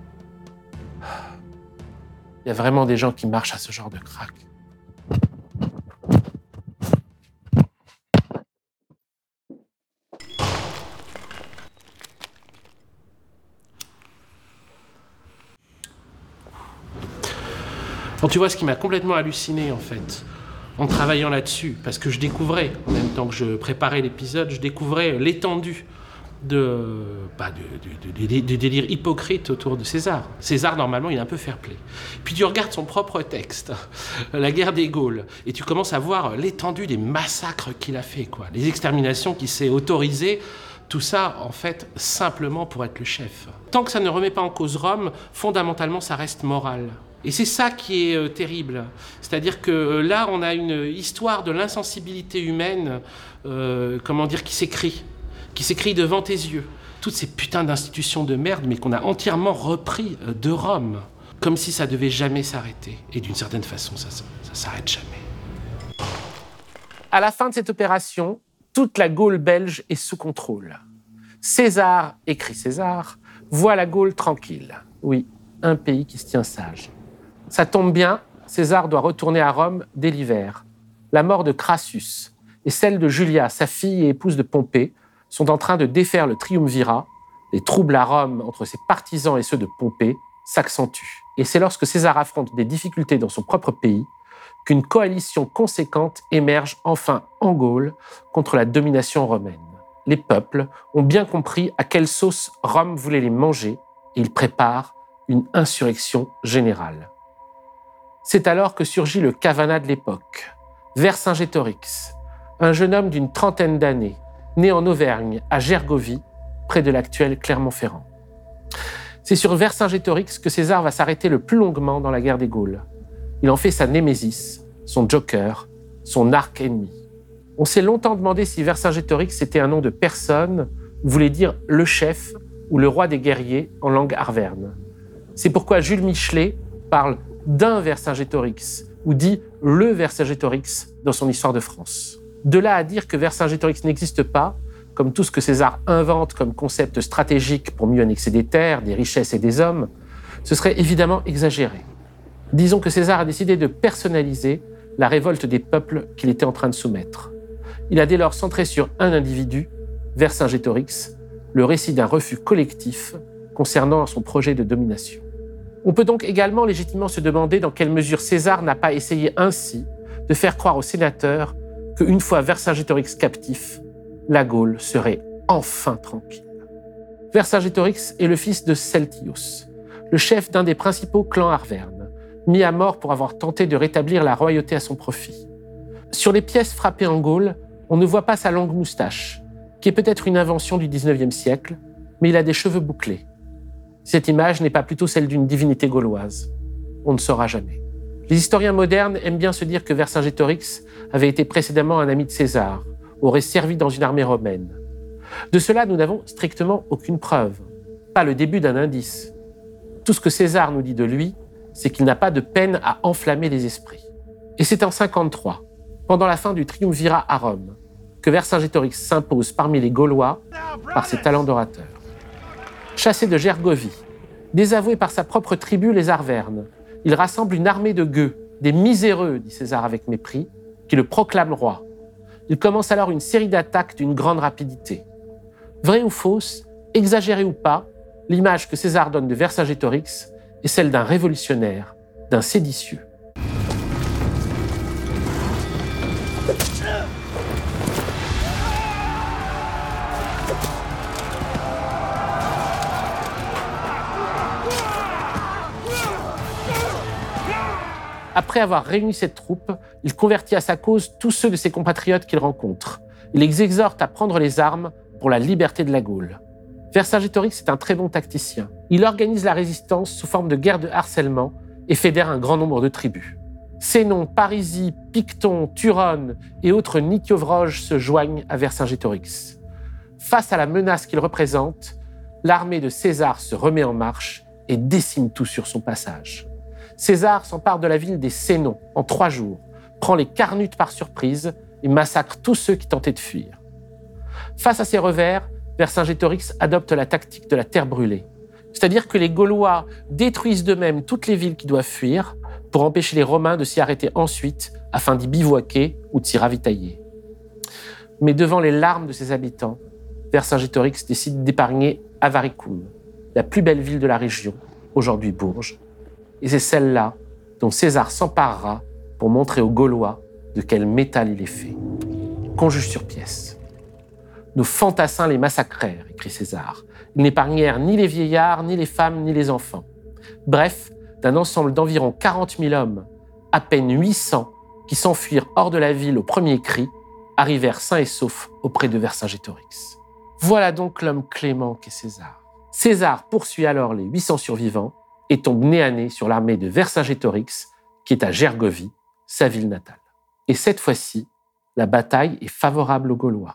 Il y a vraiment des gens qui marchent à ce genre de craque. Alors, tu vois, ce qui m'a complètement halluciné, en fait, en travaillant là-dessus, parce que je découvrais, en même temps que je préparais l'épisode, je découvrais l'étendue des délires hypocrites autour de César. César, normalement, il est un peu fair-play. Puis tu regardes son propre texte, La guerre des Gaules, et tu commences à voir l'étendue des massacres qu'il a fait, quoi, les exterminations qu'il s'est autorisées, tout ça, en fait, simplement pour être le chef. Tant que ça ne remet pas en cause Rome, fondamentalement, ça reste moral. Et c'est ça qui est terrible. C'est-à-dire que là, on a une histoire de l'insensibilité humaine, qui s'écrit devant tes yeux. Toutes ces putains d'institutions de merde, mais qu'on a entièrement repris de Rome, comme si ça devait jamais s'arrêter. Et d'une certaine façon, ça s'arrête jamais. À la fin de cette opération, toute la Gaule belge est sous contrôle. César, écrit César, voit la Gaule tranquille. Oui, un pays qui se tient sage. Ça tombe bien, César doit retourner à Rome dès l'hiver. La mort de Crassus et celle de Julia, sa fille et épouse de Pompée, sont en train de défaire le triumvirat. Les troubles à Rome entre ses partisans et ceux de Pompée s'accentuent. Et c'est lorsque César affronte des difficultés dans son propre pays qu'une coalition conséquente émerge enfin en Gaule contre la domination romaine. Les peuples ont bien compris à quelle sauce Rome voulait les manger et ils préparent une insurrection générale. C'est alors que surgit le Cavanat de l'époque, Vercingétorix, un jeune homme d'une trentaine d'années, né en Auvergne, à Gergovie, près de l'actuel Clermont-Ferrand. C'est sur Vercingétorix que César va s'arrêter le plus longuement dans la guerre des Gaules. Il en fait sa némésis, son joker, son arc ennemi. On s'est longtemps demandé si Vercingétorix était un nom de personne, voulait dire le chef ou le roi des guerriers en langue arverne. C'est pourquoi Jules Michelet parle d'un Vercingétorix ou dit le Vercingétorix dans son Histoire de France. De là à dire que Vercingétorix n'existe pas, comme tout ce que César invente comme concept stratégique pour mieux annexer des terres, des richesses et des hommes, ce serait évidemment exagéré. Disons que César a décidé de personnaliser la révolte des peuples qu'il était en train de soumettre. Il a dès lors centré sur un individu, Vercingétorix, le récit d'un refus collectif concernant son projet de domination. On peut donc également légitimement se demander dans quelle mesure César n'a pas essayé ainsi de faire croire aux sénateurs qu'une fois Vercingétorix captif, la Gaule serait enfin tranquille. Vercingétorix est le fils de Celtius, le chef d'un des principaux clans arvernes, mis à mort pour avoir tenté de rétablir la royauté à son profit. Sur les pièces frappées en Gaule, on ne voit pas sa longue moustache, qui est peut-être une invention du XIXe siècle, mais il a des cheveux bouclés. Cette image n'est pas plutôt celle d'une divinité gauloise. On ne saura jamais. Les historiens modernes aiment bien se dire que Vercingétorix avait été précédemment un ami de César, aurait servi dans une armée romaine. De cela, nous n'avons strictement aucune preuve, pas le début d'un indice. Tout ce que César nous dit de lui, c'est qu'il n'a pas de peine à enflammer les esprits. Et c'est en 53, pendant la fin du triumvirat à Rome, que Vercingétorix s'impose parmi les Gaulois par ses talents d'orateur. Chassé de Gergovie, désavoué par sa propre tribu, les Arvernes, il rassemble une armée de gueux, des miséreux, dit César avec mépris, qui le proclament roi. Il commence alors une série d'attaques d'une grande rapidité. Vraie ou fausse, exagérée ou pas, l'image que César donne de Vercingétorix est celle d'un révolutionnaire, d'un séditieux. Après avoir réuni cette troupe, il convertit à sa cause tous ceux de ses compatriotes qu'il rencontre. Il les exhorte à prendre les armes pour la liberté de la Gaule. Vercingétorix est un très bon tacticien. Il organise la résistance sous forme de guerre de harcèlement et fédère un grand nombre de tribus. Sénon, Parisie, Picton, Turonne et autres Nitiovroges se joignent à Vercingétorix. Face à la menace qu'il représente, l'armée de César se remet en marche et décime tout sur son passage. César s'empare de la ville des Sénons en 3 jours, prend les Carnutes par surprise et massacre tous ceux qui tentaient de fuir. Face à ces revers, Vercingétorix adopte la tactique de la terre brûlée. C'est-à-dire que les Gaulois détruisent d'eux-mêmes toutes les villes qui doivent fuir pour empêcher les Romains de s'y arrêter ensuite afin d'y bivouaquer ou de s'y ravitailler. Mais devant les larmes de ses habitants, Vercingétorix décide d'épargner Avaricum, la plus belle ville de la région, aujourd'hui Bourges. Et c'est celle-là dont César s'emparera pour montrer aux Gaulois de quel métal il est fait. Conjuge sur pièce. Nos fantassins les massacrèrent, écrit César. Ils n'épargnèrent ni les vieillards, ni les femmes, ni les enfants. Bref, d'un ensemble d'environ 40 000 hommes, à peine 800 qui s'enfuirent hors de la ville au premier cri, arrivèrent sains et saufs auprès de Vercingétorix. Voilà donc l'homme clément qu'est César. César poursuit alors les 800 survivants et tombe nez à nez sur l'armée de Vercingétorix, qui est à Gergovie, sa ville natale. Et cette fois-ci, la bataille est favorable aux Gaulois.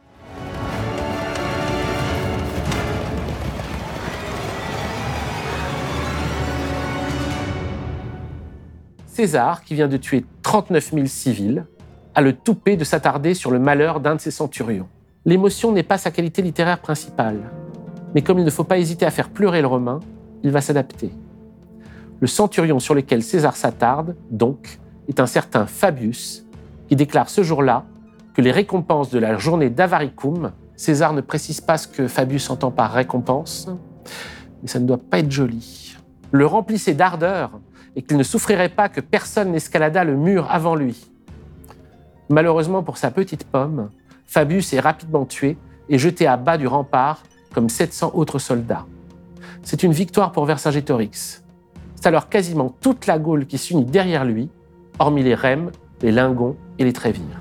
César, qui vient de tuer 39 000 civils, a le toupet de s'attarder sur le malheur d'un de ses centurions. L'émotion n'est pas sa qualité littéraire principale, mais comme il ne faut pas hésiter à faire pleurer le Romain, il va s'adapter. Le centurion sur lequel César s'attarde, donc, est un certain Fabius, qui déclare ce jour-là que les récompenses de la journée d'Avaricum, César ne précise pas ce que Fabius entend par récompense, mais ça ne doit pas être joli, le remplissait d'ardeur et qu'il ne souffrirait pas que personne n'escaladât le mur avant lui. Malheureusement pour sa petite pomme, Fabius est rapidement tué et jeté à bas du rempart comme 700 autres soldats. C'est une victoire pour Vercingétorix. C'est alors quasiment toute la Gaule qui s'unit derrière lui, hormis les Rèmes, les Lingons et les Trévires.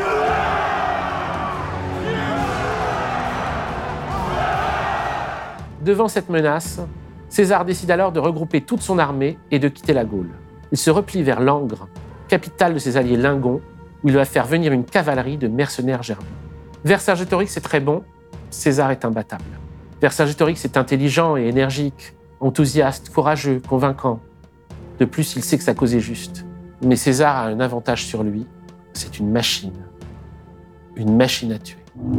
Devant cette menace, César décide alors de regrouper toute son armée et de quitter la Gaule. Il se replie vers Langres, capitale de ses alliés Lingons, où il va faire venir une cavalerie de mercenaires germains. Vercingétorix est très bon, César est imbattable. Vercingétorix est intelligent et énergique, enthousiaste, courageux, convaincant. De plus, il sait que sa cause est juste. Mais César a un avantage sur lui, c'est une machine à tuer.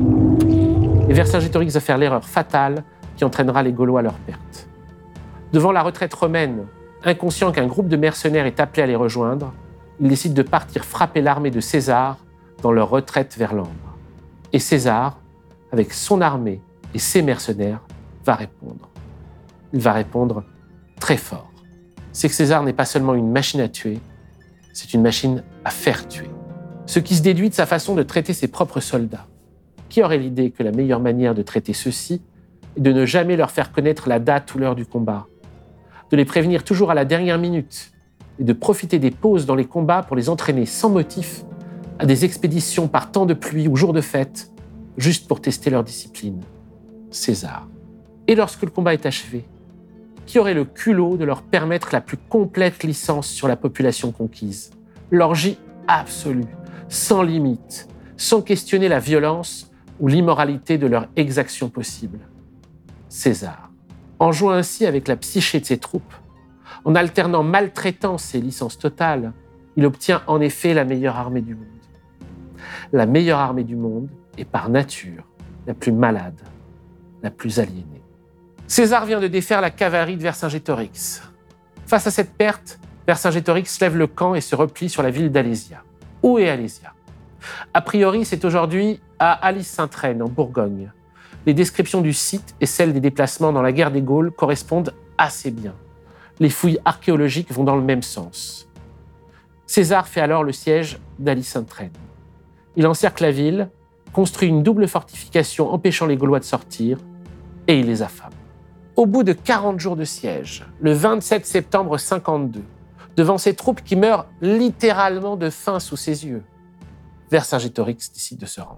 Et Vercingétorix va faire l'erreur fatale qui entraînera les Gaulois à leur perte. Devant la retraite romaine, inconscient qu'un groupe de mercenaires est appelé à les rejoindre, ils décident de partir frapper l'armée de César dans leur retraite vers Langres. Et César, avec son armée et ses mercenaires, va répondre. Il va répondre très fort. C'est que César n'est pas seulement une machine à tuer, c'est une machine à faire tuer. Ce qui se déduit de sa façon de traiter ses propres soldats. Qui aurait l'idée que la meilleure manière de traiter ceux-ci est de ne jamais leur faire connaître la date ou l'heure du combat, de les prévenir toujours à la dernière minute et de profiter des pauses dans les combats pour les entraîner sans motif à des expéditions par temps de pluie ou jours de fête, juste pour tester leur discipline. César. Et lorsque le combat est achevé, qui aurait le culot de leur permettre la plus complète licence sur la population conquise? L'orgie absolue, sans limite, sans questionner la violence ou l'immoralité de leur exaction possible. César. En jouant ainsi avec la psyché de ses troupes, en alternant maltraitance et licence totale, il obtient en effet la meilleure armée du monde. La meilleure armée du monde est par nature la plus malade, la plus aliénée. César vient de défaire la cavalerie de Vercingétorix. Face à cette perte, Vercingétorix lève le camp et se replie sur la ville d'Alésia. Où est Alésia? A priori, c'est aujourd'hui à Alys-Sainte-Reine, en Bourgogne. Les descriptions du site et celles des déplacements dans la guerre des Gaules correspondent assez bien. Les fouilles archéologiques vont dans le même sens. César fait alors le siège d'Alys-Sainte-Reine. Il encercle la ville, construit une double fortification empêchant les Gaulois de sortir, et il les affame. Au bout de 40 jours de siège, le 27 septembre 52, devant ses troupes qui meurent littéralement de faim sous ses yeux, Vercingétorix décide de se rendre.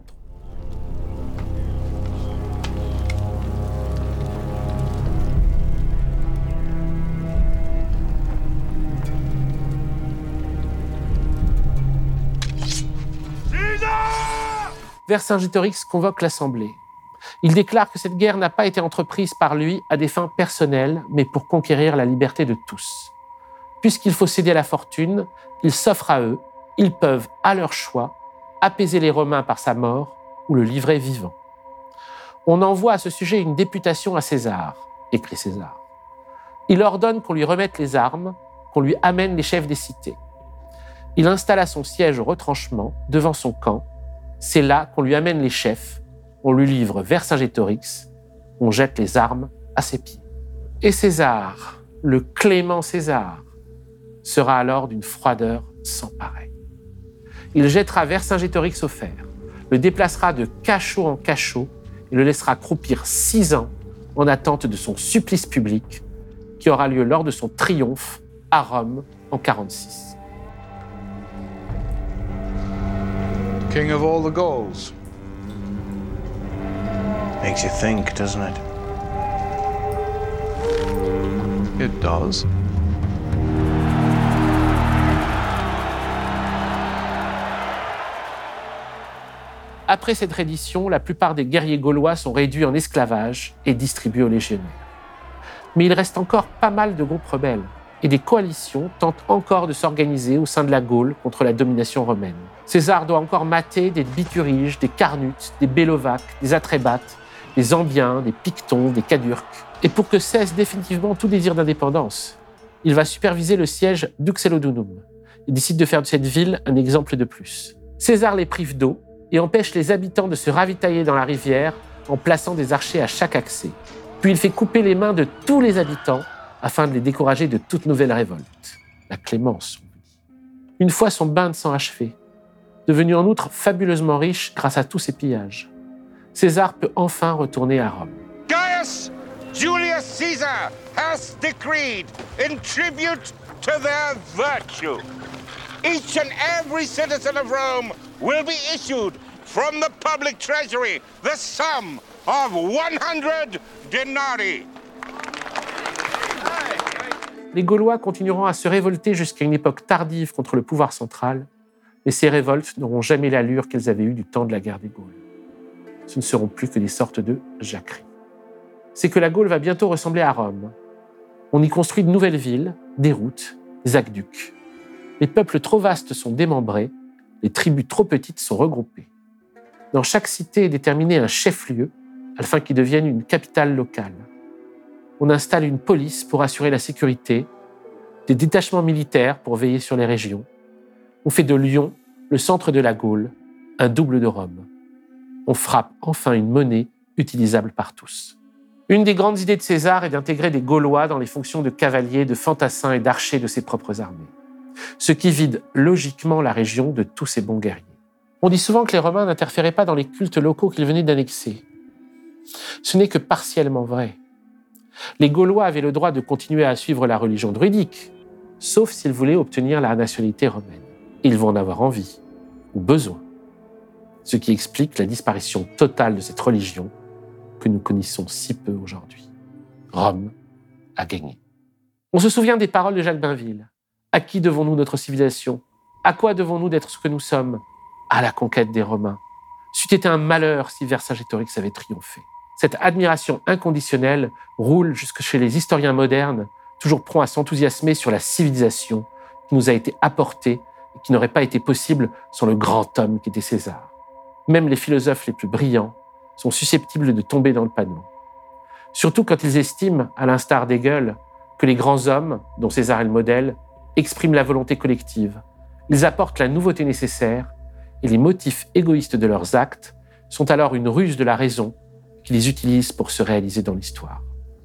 Vercingétorix convoque l'Assemblée. Il déclare que cette guerre n'a pas été entreprise par lui à des fins personnelles, mais pour conquérir la liberté de tous. Puisqu'il faut céder à la fortune, il s'offre à eux, ils peuvent, à leur choix, apaiser les Romains par sa mort ou le livrer vivant. On envoie à ce sujet une députation à César, écrit César. Il ordonne qu'on lui remette les armes, qu'on lui amène les chefs des cités. Il installa son siège au retranchement, devant son camp. C'est là qu'on lui amène les chefs, on lui livre Vercingétorix, on jette les armes à ses pieds. Et César, le clément César, sera alors d'une froideur sans pareil. Il jettera Vercingétorix au fer, le déplacera de cachot en cachot et le laissera croupir 6 ans en attente de son supplice public qui aura lieu lors de son triomphe à Rome en 46. King of all the Gauls. Makes you think, doesn't it? It does. Après cette reddition, la plupart des guerriers gaulois sont réduits en esclavage et distribués aux légionnaires. Mais il reste encore pas mal de groupes rebelles et des coalitions tentent encore de s'organiser au sein de la Gaule contre la domination romaine. César doit encore mater des Bituriges, des Carnutes, des Bellovaques, des Atrébates, des Ambiens, des Pictons, des Cadurques. Et pour que cesse définitivement tout désir d'indépendance, il va superviser le siège d'Uxellodunum et décide de faire de cette ville un exemple de plus. César les prive d'eau et empêche les habitants de se ravitailler dans la rivière en plaçant des archers à chaque accès. Puis il fait couper les mains de tous les habitants afin de les décourager de toute nouvelle révolte. La clémence. Une fois son bain de sang achevé, devenu en outre fabuleusement riche grâce à tous ses pillages, César peut enfin retourner à Rome. Gaius Julius Caesar has decreed in tribute to their virtue. Each and every citizen of Rome will be issued from the public treasury the sum of 100 denarii. Les Gaulois continueront à se révolter jusqu'à une époque tardive contre le pouvoir central, mais ces révoltes n'auront jamais l'allure qu'elles avaient eues du temps de la guerre des Gaules. Ce ne seront plus que des sortes de jacqueries. C'est que la Gaule va bientôt ressembler à Rome. On y construit de nouvelles villes, des routes, des aqueducs. Les peuples trop vastes sont démembrés, les tribus trop petites sont regroupées. Dans chaque cité est déterminé un chef-lieu, afin qu'il devienne une capitale locale. On installe une police pour assurer la sécurité, des détachements militaires pour veiller sur les régions. On fait de Lyon, le centre de la Gaule, un double de Rome. On frappe enfin une monnaie utilisable par tous. Une des grandes idées de César est d'intégrer des Gaulois dans les fonctions de cavaliers, de fantassins et d'archers de ses propres armées, ce qui vide logiquement la région de tous ses bons guerriers. On dit souvent que les Romains n'interféraient pas dans les cultes locaux qu'ils venaient d'annexer. Ce n'est que partiellement vrai. Les Gaulois avaient le droit de continuer à suivre la religion druidique, sauf s'ils voulaient obtenir la nationalité romaine. Ils vont en avoir envie, ou besoin. Ce qui explique la disparition totale de cette religion que nous connaissons si peu aujourd'hui. Rome a gagné. On se souvient des paroles de Jacques Bainville. À qui devons-nous notre civilisation ? À quoi devons-nous d'être ce que nous sommes ? À la conquête des Romains. C'eût été un malheur si Vercingétorix avait triomphé. Cette admiration inconditionnelle roule jusque chez les historiens modernes, toujours prompts à s'enthousiasmer sur la civilisation qui nous a été apportée et qui n'aurait pas été possible sans le grand homme qui était César. Même les philosophes les plus brillants sont susceptibles de tomber dans le panneau. Surtout quand ils estiment, à l'instar d'Hegel, que les grands hommes, dont César est le modèle, expriment la volonté collective. Ils apportent la nouveauté nécessaire et les motifs égoïstes de leurs actes sont alors une ruse de la raison qui les utilise pour se réaliser dans l'histoire.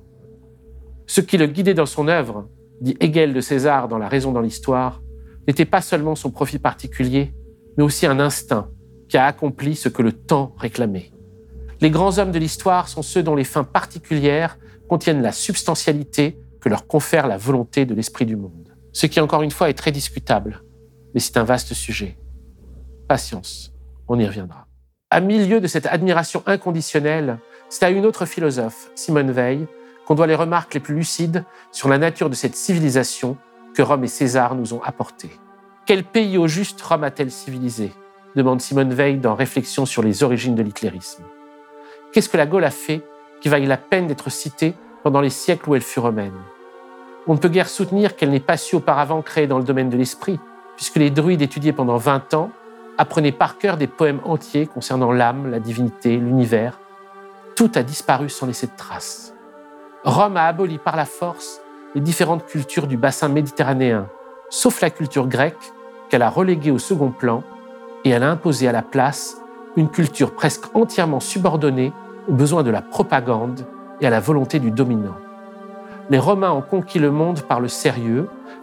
Ce qui le guidait dans son œuvre, dit Hegel de César dans La raison dans l'histoire, n'était pas seulement son profit particulier, mais aussi un instinct qui a accompli ce que le temps réclamait. Les grands hommes de l'histoire sont ceux dont les fins particulières contiennent la substantialité que leur confère la volonté de l'esprit du monde. Ce qui, encore une fois, est très discutable, mais c'est un vaste sujet. Patience, on y reviendra. À milieu de cette admiration inconditionnelle, c'est à une autre philosophe, Simone Weil, qu'on doit les remarques les plus lucides sur la nature de cette civilisation que Rome et César nous ont apportée. Quel pays au juste Rome a-t-elle civilisé ? Demande Simone Weil dans Réflexions sur les origines de l'hitlérisme. Qu'est-ce que la Gaule a fait qui vaille la peine d'être citée pendant les siècles où elle fut romaine ? On ne peut guère soutenir qu'elle n'ait pas su auparavant créer dans le domaine de l'esprit, puisque les druides étudiés pendant 20 ans apprenaient par cœur des poèmes entiers concernant l'âme, la divinité, l'univers. Tout a disparu sans laisser de traces. Rome a aboli par la force les différentes cultures du bassin méditerranéen, sauf la culture grecque qu'elle a reléguée au second plan, et elle a imposé à la place une culture presque entièrement subordonnée aux besoins de la propagande et à la volonté du dominant. Les Romains ont conquis le monde par le sérieux,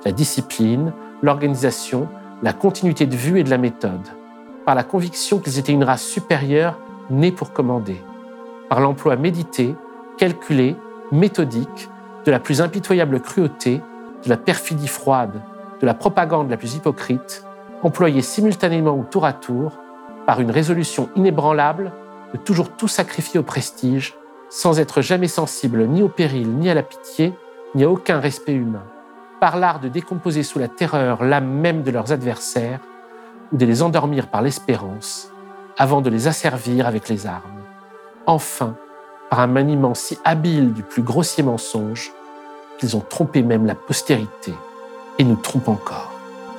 la discipline, l'organisation, la continuité de vue et de la méthode, par la conviction qu'ils étaient une race supérieure née pour commander, par l'emploi médité, calculé, méthodique, de la plus impitoyable cruauté, de la perfidie froide, de la propagande la plus hypocrite, employée simultanément ou tour à tour, par une résolution inébranlable de toujours tout sacrifier au prestige, sans être jamais sensible ni au péril, ni à la pitié, ni à aucun respect humain, par l'art de décomposer sous la terreur l'âme même de leurs adversaires, ou de les endormir par l'espérance, avant de les asservir avec les armes. Enfin, par un maniement si habile du plus grossier mensonge, qu'ils ont trompé même la postérité, et nous trompent encore.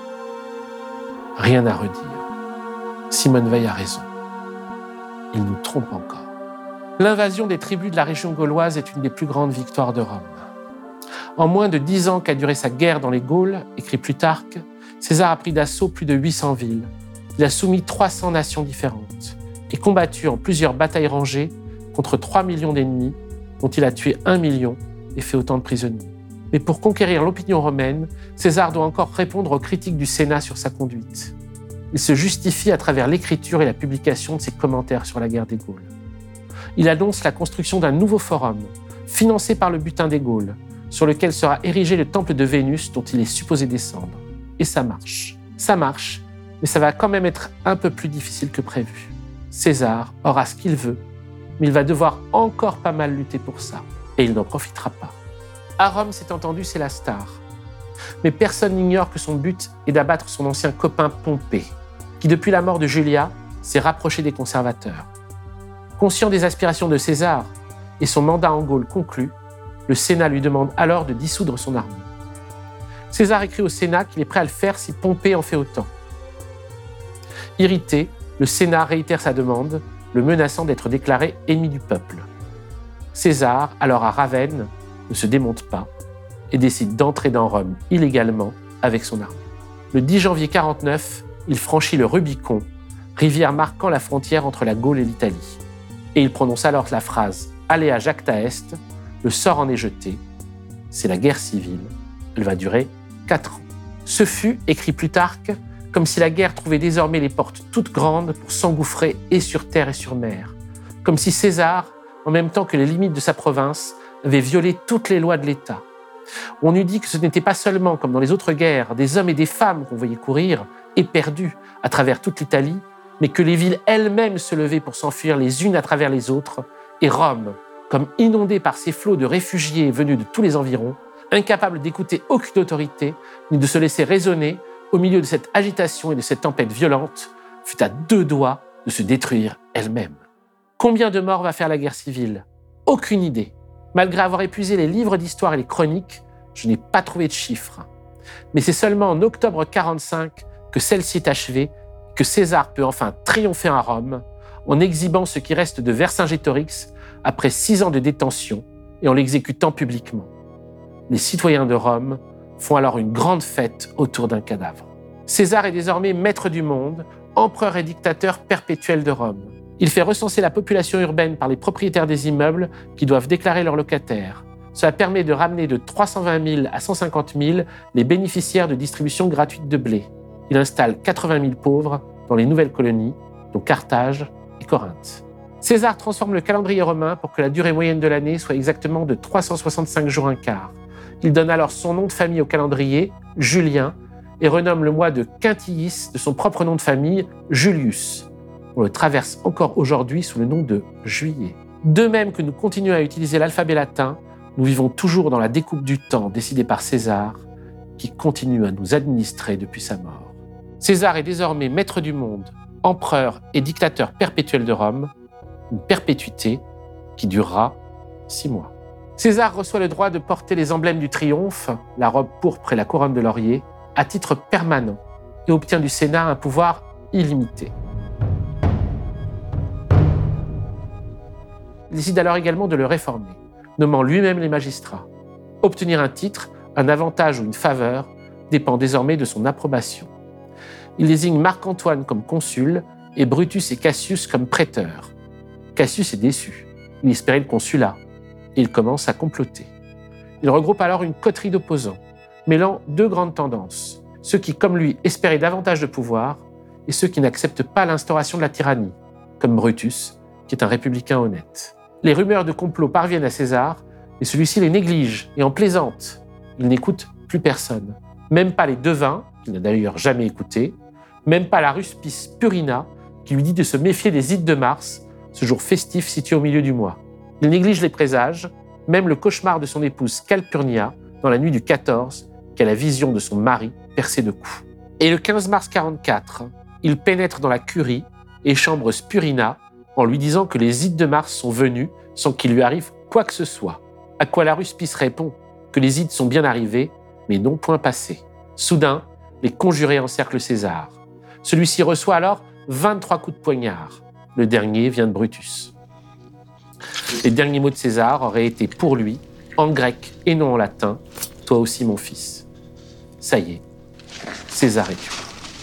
Rien à redire. Simone Veil a raison. Ils nous trompent encore. L'invasion des tribus de la région gauloise est une des plus grandes victoires de Rome. En moins de 10 ans qu'a duré sa guerre dans les Gaules, écrit Plutarque, César a pris d'assaut plus de 800 villes. Il a soumis 300 nations différentes et combattu en plusieurs batailles rangées contre 3 millions d'ennemis, dont il a tué 1 million et fait autant de prisonniers. Mais pour conquérir l'opinion romaine, César doit encore répondre aux critiques du Sénat sur sa conduite. Il se justifie à travers l'écriture et la publication de ses commentaires sur la guerre des Gaules. Il annonce la construction d'un nouveau forum, financé par le butin des Gaules, sur lequel sera érigé le temple de Vénus dont il est supposé descendre. Et ça marche. Ça marche, mais ça va quand même être un peu plus difficile que prévu. César aura ce qu'il veut, mais il va devoir encore pas mal lutter pour ça. Et il n'en profitera pas. À Rome, c'est entendu, c'est la star. Mais personne n'ignore que son but est d'abattre son ancien copain Pompée, qui depuis la mort de Julia, s'est rapproché des conservateurs. Conscient des aspirations de César et son mandat en Gaule conclu, le Sénat lui demande alors de dissoudre son armée. César écrit au Sénat qu'il est prêt à le faire si Pompée en fait autant. Irrité, le Sénat réitère sa demande, le menaçant d'être déclaré ennemi du peuple. César, alors à Ravenne, ne se démonte pas et décide d'entrer dans Rome illégalement avec son armée. Le 10 janvier 49, il franchit le Rubicon, rivière marquant la frontière entre la Gaule et l'Italie. Et il prononce alors la phrase « Alea jacta est », le sort en est jeté. C'est la guerre civile. Elle va durer 4 ans. Ce fut, écrit Plutarque, comme si la guerre trouvait désormais les portes toutes grandes pour s'engouffrer et sur terre et sur mer. Comme si César, en même temps que les limites de sa province, avait violé toutes les lois de l'État. On eût dit que ce n'était pas seulement, comme dans les autres guerres, des hommes et des femmes qu'on voyait courir, éperdus, à travers toute l'Italie, mais que les villes elles-mêmes se levaient pour s'enfuir les unes à travers les autres, et Rome, comme inondée par ces flots de réfugiés venus de tous les environs, incapable d'écouter aucune autorité, ni de se laisser raisonner, au milieu de cette agitation et de cette tempête violente, fut à 2 doigts de se détruire elle-même. Combien de morts va faire la guerre civile ? Aucune idée. Malgré avoir épuisé les livres d'histoire et les chroniques, je n'ai pas trouvé de chiffres. Mais c'est seulement en octobre 45 que celle-ci est achevée, que César peut enfin triompher à Rome, en exhibant ce qui reste de Vercingétorix après 6 ans de détention et en l'exécutant publiquement. Les citoyens de Rome font alors une grande fête autour d'un cadavre. César est désormais maître du monde, empereur et dictateur perpétuel de Rome. Il fait recenser la population urbaine par les propriétaires des immeubles qui doivent déclarer leurs locataires. Cela permet de ramener de 320 000 à 150 000 les bénéficiaires de distribution gratuite de blé. Il installe 80 000 pauvres dans les nouvelles colonies, dont Carthage et Corinthe. César transforme le calendrier romain pour que la durée moyenne de l'année soit exactement de 365 jours un quart. Il donne alors son nom de famille au calendrier, Julien, et renomme le mois de Quintilis de son propre nom de famille, Julius. On le traverse encore aujourd'hui sous le nom de juillet. De même que nous continuons à utiliser l'alphabet latin, nous vivons toujours dans la découpe du temps décidée par César, qui continue à nous administrer depuis sa mort. César est désormais maître du monde, empereur et dictateur perpétuel de Rome, une perpétuité qui durera 6 mois. César reçoit le droit de porter les emblèmes du triomphe, la robe pourpre et la couronne de laurier, à titre permanent et obtient du Sénat un pouvoir illimité. Il décide alors également de le réformer, nommant lui-même les magistrats. Obtenir un titre, un avantage ou une faveur dépend désormais de son approbation. Il désigne Marc-Antoine comme consul et Brutus et Cassius comme préteurs. Cassius est déçu. Il espérait le consulat et il commence à comploter. Il regroupe alors une coterie d'opposants, mêlant deux grandes tendances, ceux qui, comme lui, espéraient davantage de pouvoir et ceux qui n'acceptent pas l'instauration de la tyrannie, comme Brutus, qui est un républicain honnête. Les rumeurs de complot parviennent à César, et celui-ci les néglige et en plaisante. Il n'écoute plus personne, même pas les devins, qu'il n'a d'ailleurs jamais écoutés, même pas la ruspice Purina, qui lui dit de se méfier des Ides de Mars, ce jour festif situé au milieu du mois. Il néglige les présages, même le cauchemar de son épouse Calpurnia, dans la nuit du 14, qui a la vision de son mari percé de coups. Et le 15 mars 44, il pénètre dans la curie et chambre Spurina en lui disant que les Ides de Mars sont venus sans qu'il lui arrive quoi que ce soit. À quoi la ruspice répond que les Ides sont bien arrivés, mais non point passés. Soudain, les conjurés encerclent César. Celui-ci reçoit alors 23 coups de poignard. Le dernier vient de Brutus. Les derniers mots de César auraient été pour lui, en grec et non en latin, « Toi aussi mon fils ». Ça y est, César est tué.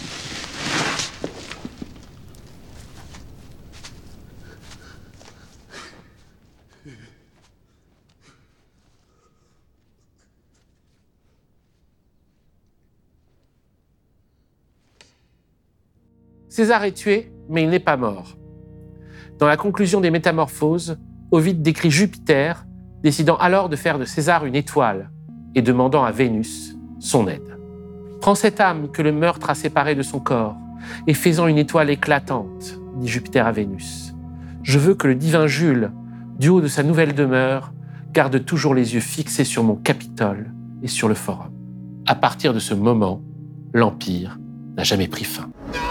César est tué, mais il n'est pas mort. Dans la conclusion des Métamorphoses, Ovide décrit Jupiter, décidant alors de faire de César une étoile et demandant à Vénus son aide. « Prends cette âme que le meurtre a séparée de son corps et fais-en une étoile éclatante, dit Jupiter à Vénus. Je veux que le divin Jules, du haut de sa nouvelle demeure, garde toujours les yeux fixés sur mon Capitole et sur le Forum. » À partir de ce moment, l'Empire n'a jamais pris fin.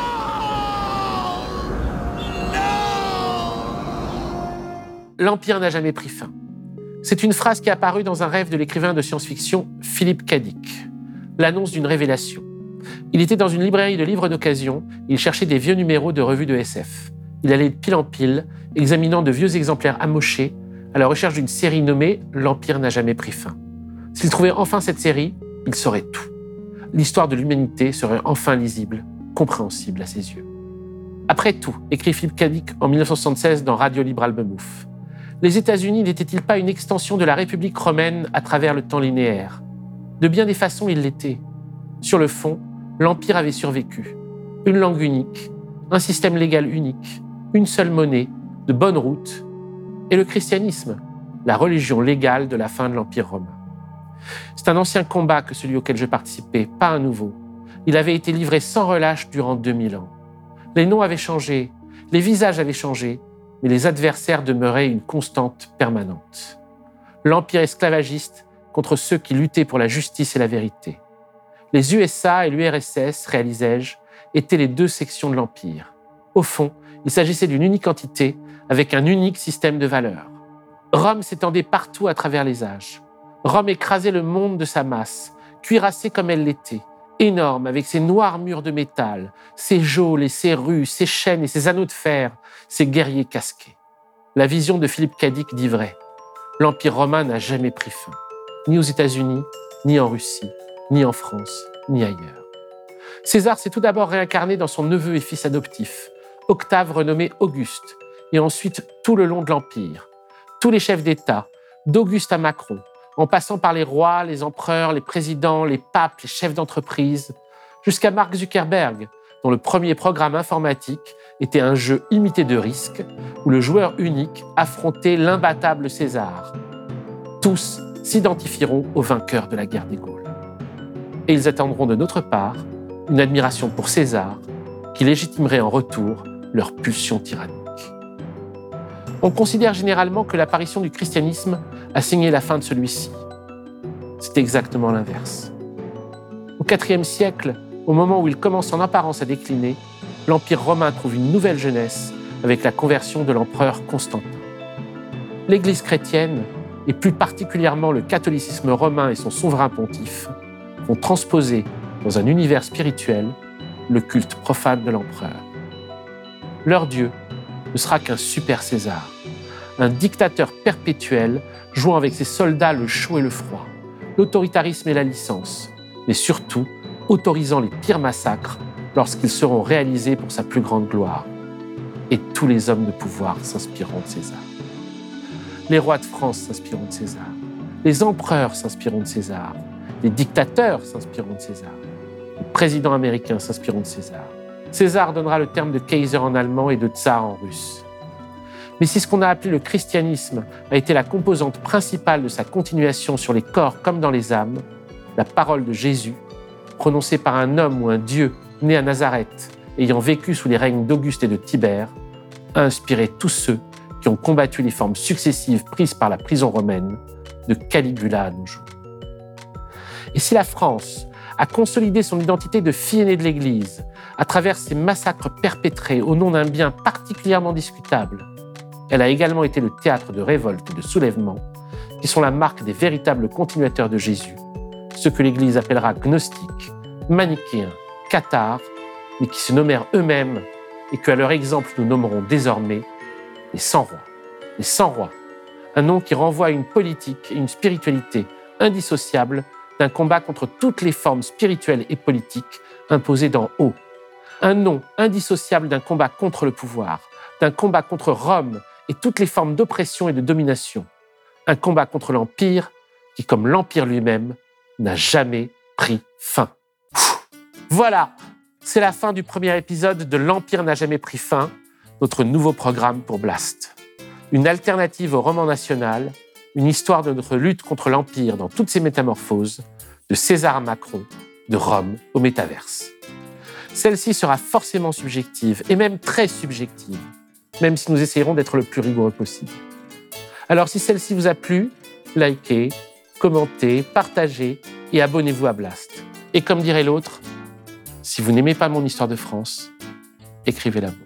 L'Empire n'a jamais pris fin. C'est une phrase qui est apparue dans un rêve de l'écrivain de science-fiction Philippe K. Dick, l'annonce d'une révélation. Il était dans une librairie de livres d'occasion et il cherchait des vieux numéros de revues de SF. Il allait de pile en pile, examinant de vieux exemplaires amochés, à la recherche d'une série nommée « L'Empire n'a jamais pris fin ». S'il trouvait enfin cette série, il saurait tout. L'histoire de l'humanité serait enfin lisible, compréhensible à ses yeux. Après tout, écrit Philippe K. Dick en 1976 dans Radio Libre Album Ouf, les États-Unis n'étaient-ils pas une extension de la République romaine à travers le temps linéaire ? De bien des façons, ils l'étaient. Sur le fond, l'Empire avait survécu. Une langue unique, un système légal unique, une seule monnaie, de bonnes routes, et le christianisme, la religion légale de la fin de l'Empire romain. C'est un ancien combat que celui auquel je participais, pas un nouveau. Il avait été livré sans relâche durant 2000 ans. Les noms avaient changé, les visages avaient changé, mais les adversaires demeuraient une constante permanente. L'Empire esclavagiste contre ceux qui luttaient pour la justice et la vérité. Les USA et l'URSS, réalisais-je, étaient les deux sections de l'Empire. Au fond, il s'agissait d'une unique entité avec un unique système de valeurs. Rome s'étendait partout à travers les âges. Rome écrasait le monde de sa masse, cuirassée comme elle l'était, énorme avec ses noirs murs de métal, ses geôles et ses rues, ses chaînes et ses anneaux de fer, ses guerriers casqués. La vision de Philippe K. Dick dit vrai. L'Empire romain n'a jamais pris fin, ni aux États-Unis, ni en Russie, ni en France, ni ailleurs. César s'est tout d'abord réincarné dans son neveu et fils adoptif, Octave renommé Auguste, et ensuite tout le long de l'Empire. Tous les chefs d'État, d'Auguste à Macron, en passant par les rois, les empereurs, les présidents, les papes, les chefs d'entreprise, jusqu'à Mark Zuckerberg, dont le premier programme informatique était un jeu imité de Risk, où le joueur unique affrontait l'imbattable César. Tous s'identifieront aux vainqueurs de la guerre des Gaules. Et ils attendront de notre part une admiration pour César, qui légitimerait en retour leur pulsion tyrannique. On considère généralement que l'apparition du christianisme a signé la fin de celui-ci. C'est exactement l'inverse. Au IVe siècle, au moment où il commence en apparence à décliner, l'Empire romain trouve une nouvelle jeunesse avec la conversion de l'empereur Constantin. L'Église chrétienne, et plus particulièrement le catholicisme romain et son souverain pontife, vont transposer dans un univers spirituel le culte profane de l'empereur. Leur dieu ne sera qu'un super César, un dictateur perpétuel jouant avec ses soldats le chaud et le froid, l'autoritarisme et la licence, mais surtout autorisant les pires massacres lorsqu'ils seront réalisés pour sa plus grande gloire. Et tous les hommes de pouvoir s'inspireront de César. Les rois de France s'inspireront de César, les empereurs s'inspireront de César, Les dictateurs s'inspireront de César. Les présidents américains s'inspireront de César. César donnera le terme de Kaiser en allemand et de tsar en russe. Mais si ce qu'on a appelé le christianisme a été la composante principale de sa continuation sur les corps comme dans les âmes, la parole de Jésus, prononcée par un homme ou un dieu né à Nazareth, ayant vécu sous les règnes d'Auguste et de Tibère, a inspiré tous ceux qui ont combattu les formes successives prises par la prison romaine, de Caligula à nos jours. Et si la France a consolidé son identité de fille aînée de l'Église à travers ces massacres perpétrés au nom d'un bien particulièrement discutable, elle a également été le théâtre de révoltes et de soulèvements qui sont la marque des véritables continuateurs de Jésus, ceux que l'Église appellera gnostiques, manichéens, cathares, mais qui se nommèrent eux-mêmes et qu'à leur exemple nous nommerons désormais les 100 rois. Les 100 rois, un nom qui renvoie à une politique et une spiritualité indissociables d'un combat contre toutes les formes spirituelles et politiques imposées d'en haut. Un nom indissociable d'un combat contre le pouvoir, d'un combat contre Rome et toutes les formes d'oppression et de domination. Un combat contre l'Empire qui, comme l'Empire lui-même, n'a jamais pris fin. Voilà, c'est la fin du premier épisode de L'Empire n'a jamais pris fin, notre nouveau programme pour Blast. Une alternative au roman national, une histoire de notre lutte contre l'Empire dans toutes ses métamorphoses, de César à Macron, de Rome au métaverse. Celle-ci sera forcément subjective, et même très subjective, même si nous essayerons d'être le plus rigoureux possible. Alors si celle-ci vous a plu, likez, commentez, partagez et abonnez-vous à Blast. Et comme dirait l'autre, si vous n'aimez pas mon histoire de France, écrivez-la vous.